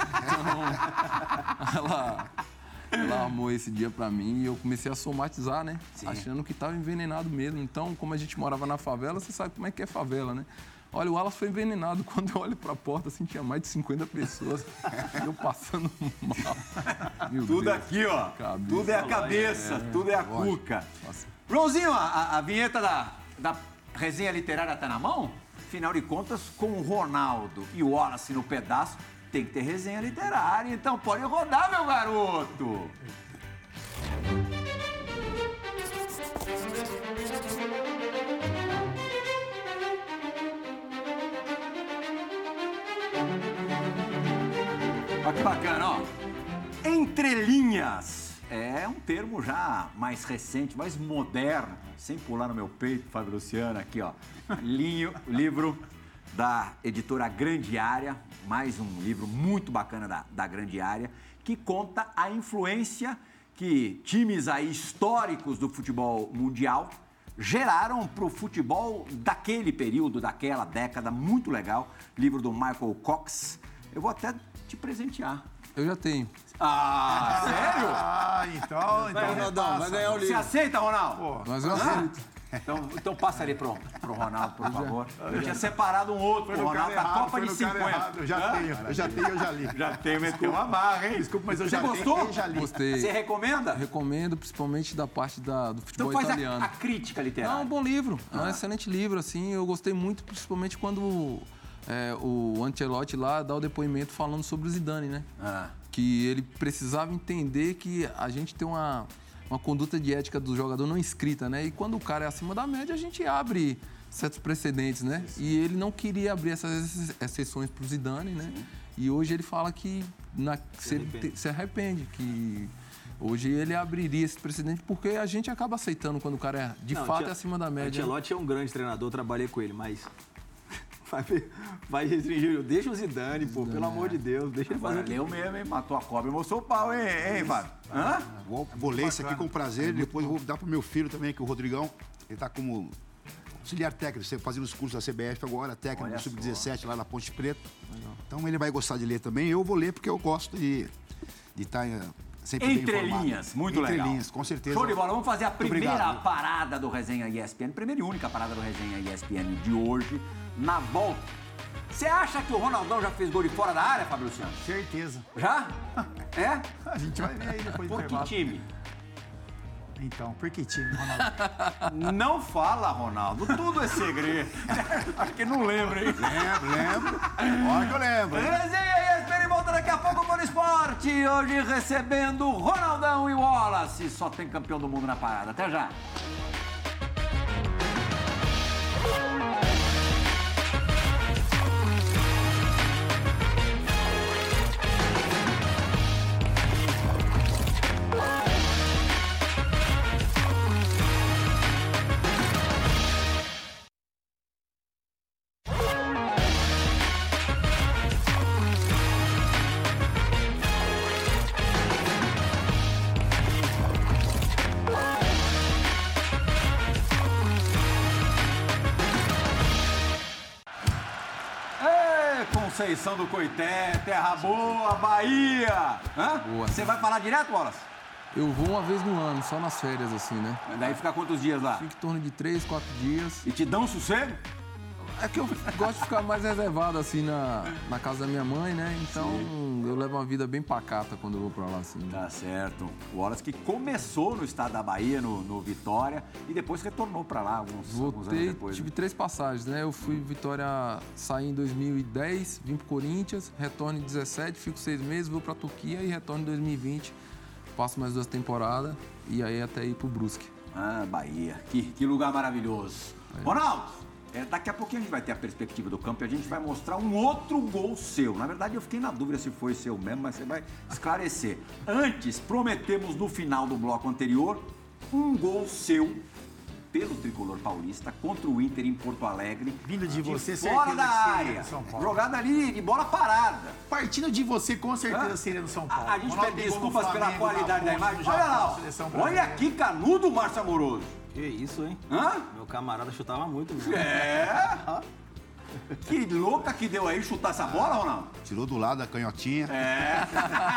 C: Então, ela armou esse dia pra mim e eu comecei a somatizar, né? Sim. Achando que tava envenenado mesmo. Então, como a gente morava na favela, você sabe como é que é favela, né? Olha, o Wallace foi envenenado. Quando eu olho pra porta, assim, tinha mais de 50 pessoas. E eu passando mal. Meu
A: tudo
C: Deus.
A: Aqui, ó.
C: Cabeça.
A: Tudo é a cabeça, tudo é a cuca. Joãozinho, a vinheta da resenha literária tá na mão? Afinal de contas, com o Ronaldo e o Wallace no pedaço, tem que ter resenha literária, então pode rodar, meu garoto! Olha que bacana, ó. Entrelinhas. É um termo já mais recente, mais moderno, sem pular no meu peito, Fábio Luciano, aqui, ó. Livro da editora Grande Área, mais um livro muito bacana da Grande Área, que conta a influência que times aí históricos do futebol mundial geraram para o futebol daquele período, daquela década, muito legal. Livro do Michael Cox. Eu vou até te presentear.
C: Eu já tenho.
A: Ah, sério?
E: Ah, então
B: Ronaldão, vai ganhar o
A: Você
B: livro.
A: aceita, Ronaldo?
E: Pô,
C: Mas eu aceito.
A: Então passa ali pro Ronaldo, por favor. Eu tinha separado um outro pro Ronaldo da Copa de 50.
E: Eu já tenho, eu já li.
A: Já tenho, meteu uma barra, hein?
E: Desculpa, mas eu
A: Você
E: já
A: gostou?
E: tenho e já li.
C: Gostei.
A: Você recomenda?
C: Recomendo, principalmente da parte do
A: Então
C: futebol
A: faz
C: italiano.
A: a crítica
C: Não, é
A: literária.
C: um bom livro. É um excelente livro, assim. Eu gostei muito, principalmente quando o Ancelotti lá dá o depoimento falando sobre o Zidane, né? Que ele precisava entender que a gente tem uma conduta de ética do jogador não escrita, né? E quando o cara é acima da média, a gente abre certos precedentes, né? E ele não queria abrir essas exceções para o Zidane, né? E hoje ele fala que se arrepende, que hoje ele abriria esse precedente porque a gente acaba aceitando quando o cara é fato acima da média.
B: Ancelotti é um grande treinador, trabalhei com ele, mas vai restringir. Deixa o Zidane, pô, pelo amor de Deus. Deixa ele fazer o que
A: Valeu mesmo, hein? Matou a cobra e mostrou o pau, hein, Fábio? Hã?
D: Vou ler isso aqui com prazer, depois vou dar pro meu filho também, que o Rodrigão, ele tá como auxiliar técnico, fazendo os cursos da CBF agora, técnico
A: Olha
D: do Sub-17 lá na Ponte Preta. Então ele vai gostar de ler também. Eu vou ler porque eu gosto de estar sempre bem informado.
A: Entrelinhas, muito legal.
D: Entrelinhas, com certeza.
A: Show de bola. Vamos fazer a primeira
D: obrigado.
A: parada do Resenha ESPN, primeira e única parada do Resenha ESPN de hoje, na volta. Você acha que o Ronaldão já fez gol de fora da área, Fábio Luciano?
E: Certeza.
A: Já? É?
E: A gente vai ver aí depois do
A: Por que
E: intervalo.
A: time?
E: Então, por que time, Ronaldo?
A: Não fala, Ronaldo. Tudo é segredo. Acho que não lembra, hein?
D: Lembro. Olha que eu lembro. hein?
A: Resenha ESPN volta daqui a pouco para o esporte. Hoje recebendo Ronaldão e Wallace. Só tem campeão do mundo na parada. Até já. Conceição do Coité, Terra Boa, Bahia. Hã?
C: Boa.
A: Você vai falar direto, Wallace?
C: Eu vou uma vez no ano, só nas férias, assim, né?
A: Daí fica quantos dias lá?
C: Fica em torno de 3, 4 dias.
A: E te dão sossego?
C: É que eu gosto de ficar mais reservado, assim, na casa da minha mãe, né? Então, eu levo uma vida bem pacata quando eu vou pra lá, assim.
A: Tá certo. O Wallace que começou no estado da Bahia, no Vitória, e depois retornou pra lá alguns anos depois.
C: Tive
A: Né?
C: 3 passagens, né? Eu fui Vitória, saí em 2010, vim pro Corinthians, retorno em 17, fico 6 meses, vou pra Turquia e retorno em 2020. Passo mais 2 temporadas e aí até ir pro Brusque.
A: Ah, Bahia. Que lugar maravilhoso. Ronaldo, daqui a pouquinho a gente vai ter a perspectiva do campo e a gente vai mostrar um outro gol seu. Na verdade, eu fiquei na dúvida se foi seu mesmo, mas você vai esclarecer. Antes, prometemos no final do bloco anterior um gol seu pelo tricolor paulista contra o Inter em Porto Alegre.
E: Vindo de você,
A: fora
E: certeza
A: da
E: que seria
A: área.
E: no São Paulo.
A: Jogada ali de bola parada.
E: Partindo de você, com certeza seria no São Paulo.
A: A gente
E: Ronaldo
A: pede
E: tem gol no
A: desculpas pela
E: Flamengo,
A: qualidade
E: na
A: da
E: Ponte,
A: imagem.
E: no
A: Olha
E: Japão,
A: lá,
E: seleção
A: ó.
E: brasileira.
A: Olha que canudo, Márcio Amoroso.
B: Que isso, hein?
A: Hã?
B: Meu camarada chutava muito mesmo.
A: É? Que louca que deu aí chutar essa bola, Ronaldo?
D: Tirou do lado a canhotinha.
A: É.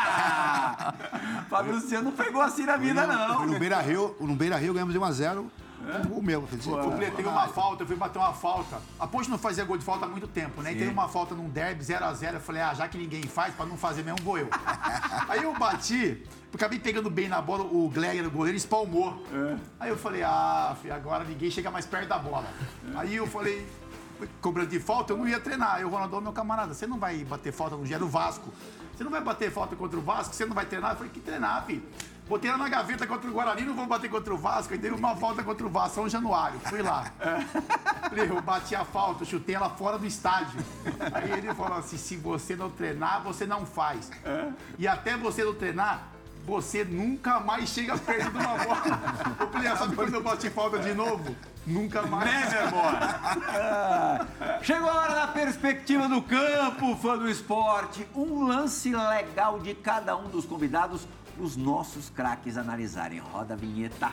A: Fábio Luciano não pegou assim na vida, não.
D: No Beira-Rio ganhamos de 1-0. Um gol meu.
E: Completei uma falta, eu fui bater uma falta. A Ponte não fazia gol de falta há muito tempo, né? E teve uma falta num derby, 0x0. Eu falei, já que ninguém faz, pra não fazer mesmo, vou eu. Aí eu bati, acabei pegando bem na bola, o Gleger, o goleiro, espalmou. Aí eu falei, filho, agora ninguém chega mais perto da bola. Aí eu falei, cobrando de falta, eu não ia treinar. Aí o Ronaldão, meu camarada, você não vai bater falta no dia do Vasco. Você não vai bater falta contra o Vasco, você não vai treinar. Eu falei, que treinar, filho? Botei ela na gaveta contra o Guarani, não vou bater contra o Vasco. Aí teve uma falta contra o Vasco, São Januário. Fui lá. Falei, eu bati a falta, chutei ela fora do estádio. Aí ele falou assim, se você não treinar, você não faz. E até você não treinar, você nunca mais chega perto de uma bola. Eu falei, sabe quando eu bati falta de novo? Nunca mais.
A: Chegou a hora da perspectiva do campo, fã do esporte. Um lance legal de cada um dos convidados, os nossos craques analisarem. Roda a vinheta.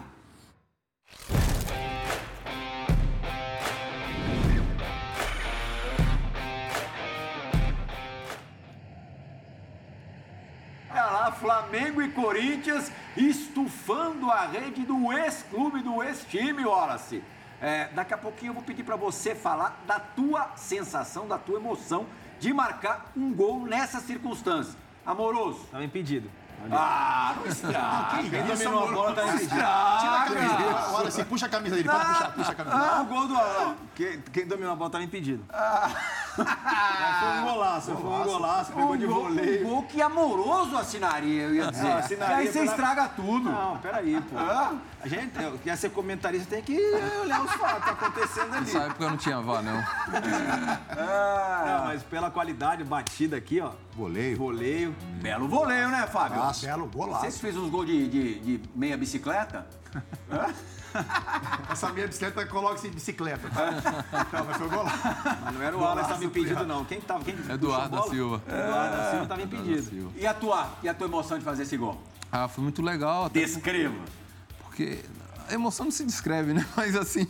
A: Olha lá, Flamengo e Corinthians estufando a rede do ex-clube, do ex-time, Wallace. Daqui a pouquinho eu vou pedir para você falar da tua sensação, da tua emoção de marcar um gol nessa circunstância. Amoroso.
B: Tava impedido.
A: Ah, não estraga.
B: Quem dominou a bola tá impedido.
E: Tira a camisa dele. Olha assim, puxa a camisa dele. Pode puxar, puxa a camisa dele.
B: O gol do Alan. Quem dominou a bola tava impedido. Foi um golaço, pegou de voleio.
A: Um gol que Amoroso assinaria, eu ia dizer.
B: Assinaria
A: aí você estraga tudo.
B: Não, peraí, pô. A gente quer ser comentarista, tem que olhar os fatos que tá acontecendo ali.
C: Nessa época eu não tinha VAR, não.
B: Não, mas pela qualidade batida aqui, ó. Voleio.
A: Belo voleio, né, Fábio?
E: Belo golaço.
A: Você fez uns gols de meia bicicleta?
E: Essa minha bicicleta, coloca-se em bicicleta. Não, mas foi golaço.
B: Mas não era o Alan que tava impedido, não. Quem
C: Eduardo da Silva.
B: Eduardo da Silva tava impedido.
A: E a tua emoção de fazer esse gol?
C: Ah, foi muito legal. Até
A: Descreva.
C: porque a emoção não se descreve, né? Mas assim,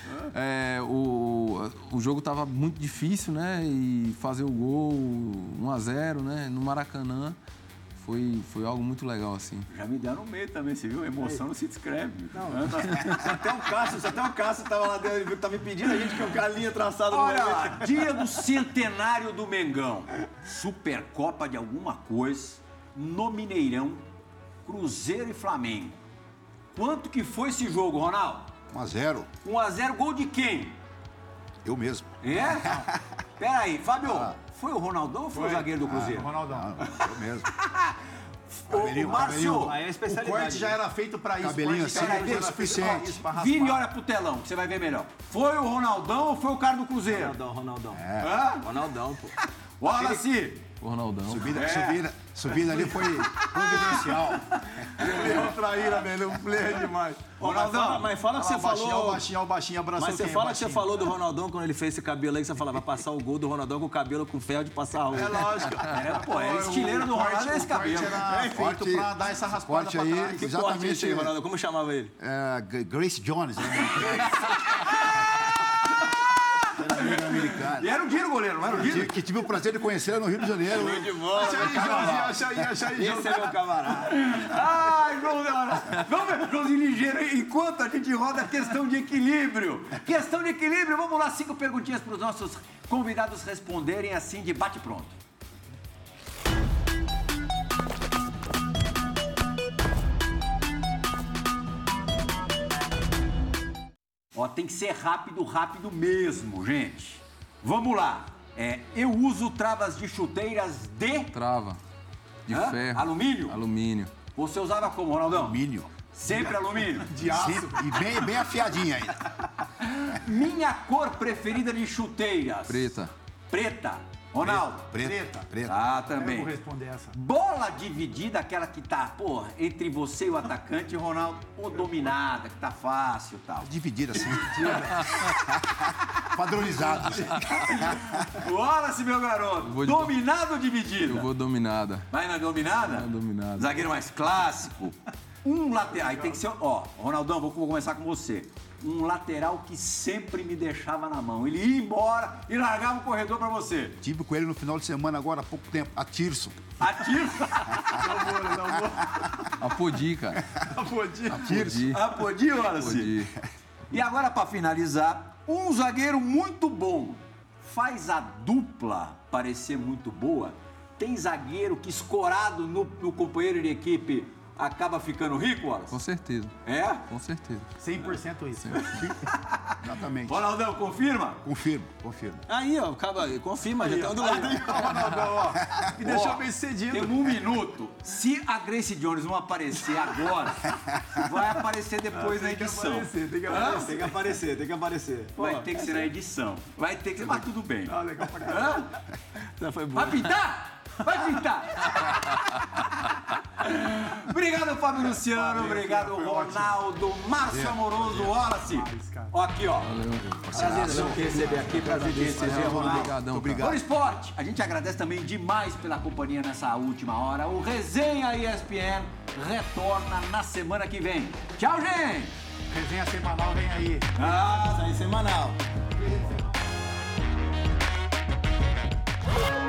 C: o jogo tava muito difícil, né? E fazer o gol 1-0, né? No Maracanã. Foi algo muito legal, assim.
A: Já me deram medo também, você viu? A emoção não se descreve.
B: Até o Cássio tava lá dentro, ele viu que tava impedindo a gente com a linha traçada no
A: Olha
B: meio.
A: lá, dia do centenário do Mengão. Supercopa de alguma coisa, no Mineirão, Cruzeiro e Flamengo. Quanto que foi esse jogo, Ronaldo?
D: 1-0.
A: 1-0, gol de quem?
D: Eu mesmo.
A: É? Peraí, Fábio, foi o Ronaldão ou foi o zagueiro do Cruzeiro?
E: Ronaldão.
D: Eu mesmo.
A: Ô, Márcio,
B: Aí é a
E: O
B: especialidade.
E: corte já era feito pra isso.
D: Cabelinho
E: corte
D: assim,
E: já era
D: é
E: feito
D: suficiente.
E: pra isso, pra raspar.
A: vire e olha pro telão, que você vai ver melhor. Foi o Ronaldão ou foi o cara do Cruzeiro?
B: Ronaldão.
A: Hã?
B: Ronaldão, pô.
A: Wallace,
C: O Ronaldão.
D: Subida ali foi providencial.
E: Deu traíra, velho. Um player demais.
B: Ronaldão, mas fala que você falou...
E: O baixinho abraçou
B: Mas você
E: quem?
B: fala
E: O
B: que você
E: baixinho.
B: falou do Ronaldão quando ele fez esse cabelo aí, que você fala, vai passar o gol do Ronaldão com o cabelo com ferro de passar a rua.
E: É lógico.
A: era estileiro do Ronaldo, é esse cabelo.
E: Era feito
D: Forte-
E: pra dar essa raspada
D: forte
E: pra
D: aí,
E: trás.
B: Que
D: exatamente.
B: corte esse aí, Ronaldo? Como chamava ele?
D: Grace Jones, né? Era amigo americano.
A: E era o Dino goleiro, não era o Dino?
D: Que tive o prazer de conhecer no Rio de Janeiro.
B: De bola,
E: Acha aí,
B: esse é meu camarada.
A: Ai, vamos ver, Joãozinho Ligeiro, enquanto a gente roda a questão de equilíbrio. Questão de equilíbrio, vamos lá, 5 perguntinhas para os nossos convidados responderem assim de bate-pronto. Ó, tem que ser rápido mesmo, gente. Vamos lá. Eu uso travas de chuteiras de...
C: Trava. De
A: Hã?
C: ferro.
A: Alumínio?
C: Alumínio.
A: Você usava como, Ronaldão?
D: Alumínio.
A: Sempre alumínio.
E: De aço.
D: E bem afiadinha ainda.
A: Minha cor preferida de chuteiras?
C: Preta.
A: Preta. Ronaldo?
D: Preta.
A: Ah,
E: Eu
A: também.
E: vou responder essa.
A: Bola dividida, aquela que tá, pô, entre você e o atacante, Ronaldo, ou dominada, que tá fácil e tal.
D: Dividida assim. Padronizado.
A: Wallace, meu garoto,
C: vou de-
A: dominado ou dividida?
C: Eu vou dominada.
A: Vai na dominada?
C: Na dominada.
A: Zagueiro mais clássico. Um lateral, aí tem que ser, ó, Ronaldão, vou começar com você. Um lateral que sempre me deixava na mão. Ele ia embora e largava o corredor pra você.
D: Tive com ele no final de semana agora há pouco tempo. A Tirso.
A: Atira.
C: Apodi, cara. Apodi.
A: Apodi, Wallace.
C: Apodi.
A: E agora, pra finalizar, um zagueiro muito bom faz a dupla parecer muito boa. Tem zagueiro que, escorado no companheiro de equipe, acaba ficando rico, Wallace?
C: Com certeza.
A: É?
C: Com certeza.
E: 100% isso.
D: Exatamente.
A: Ronaldão, confirma?
D: Confirmo.
B: Aí, ó, confirma, já estão do lado.
A: Ronaldão, ó.
E: Me deixou bem cedido.
A: Temos 1 minuto. Se a Grace Jones não aparecer agora, vai aparecer depois na edição.
E: Tem que aparecer.
B: Tem que aparecer.
A: Vai ter que ser na edição. Vai ter que ser, mas tudo bem.
E: Legal pra caramba.
B: Já foi bom.
A: Vai pintar? Vai pintar! Obrigado, Fábio Luciano. Obrigado, Ronaldo. Márcio Amoroso, Wallace. Ó, aqui, ó. Prazer te receber aqui. Prazer te receber, Ronaldo.
C: Obrigadão.
D: Obrigado.
A: Por esporte, a gente agradece também demais pela companhia nessa última hora. O Resenha ESPN retorna na semana que vem. Tchau, gente!
E: Resenha semanal vem aí.
B: Sai semanal.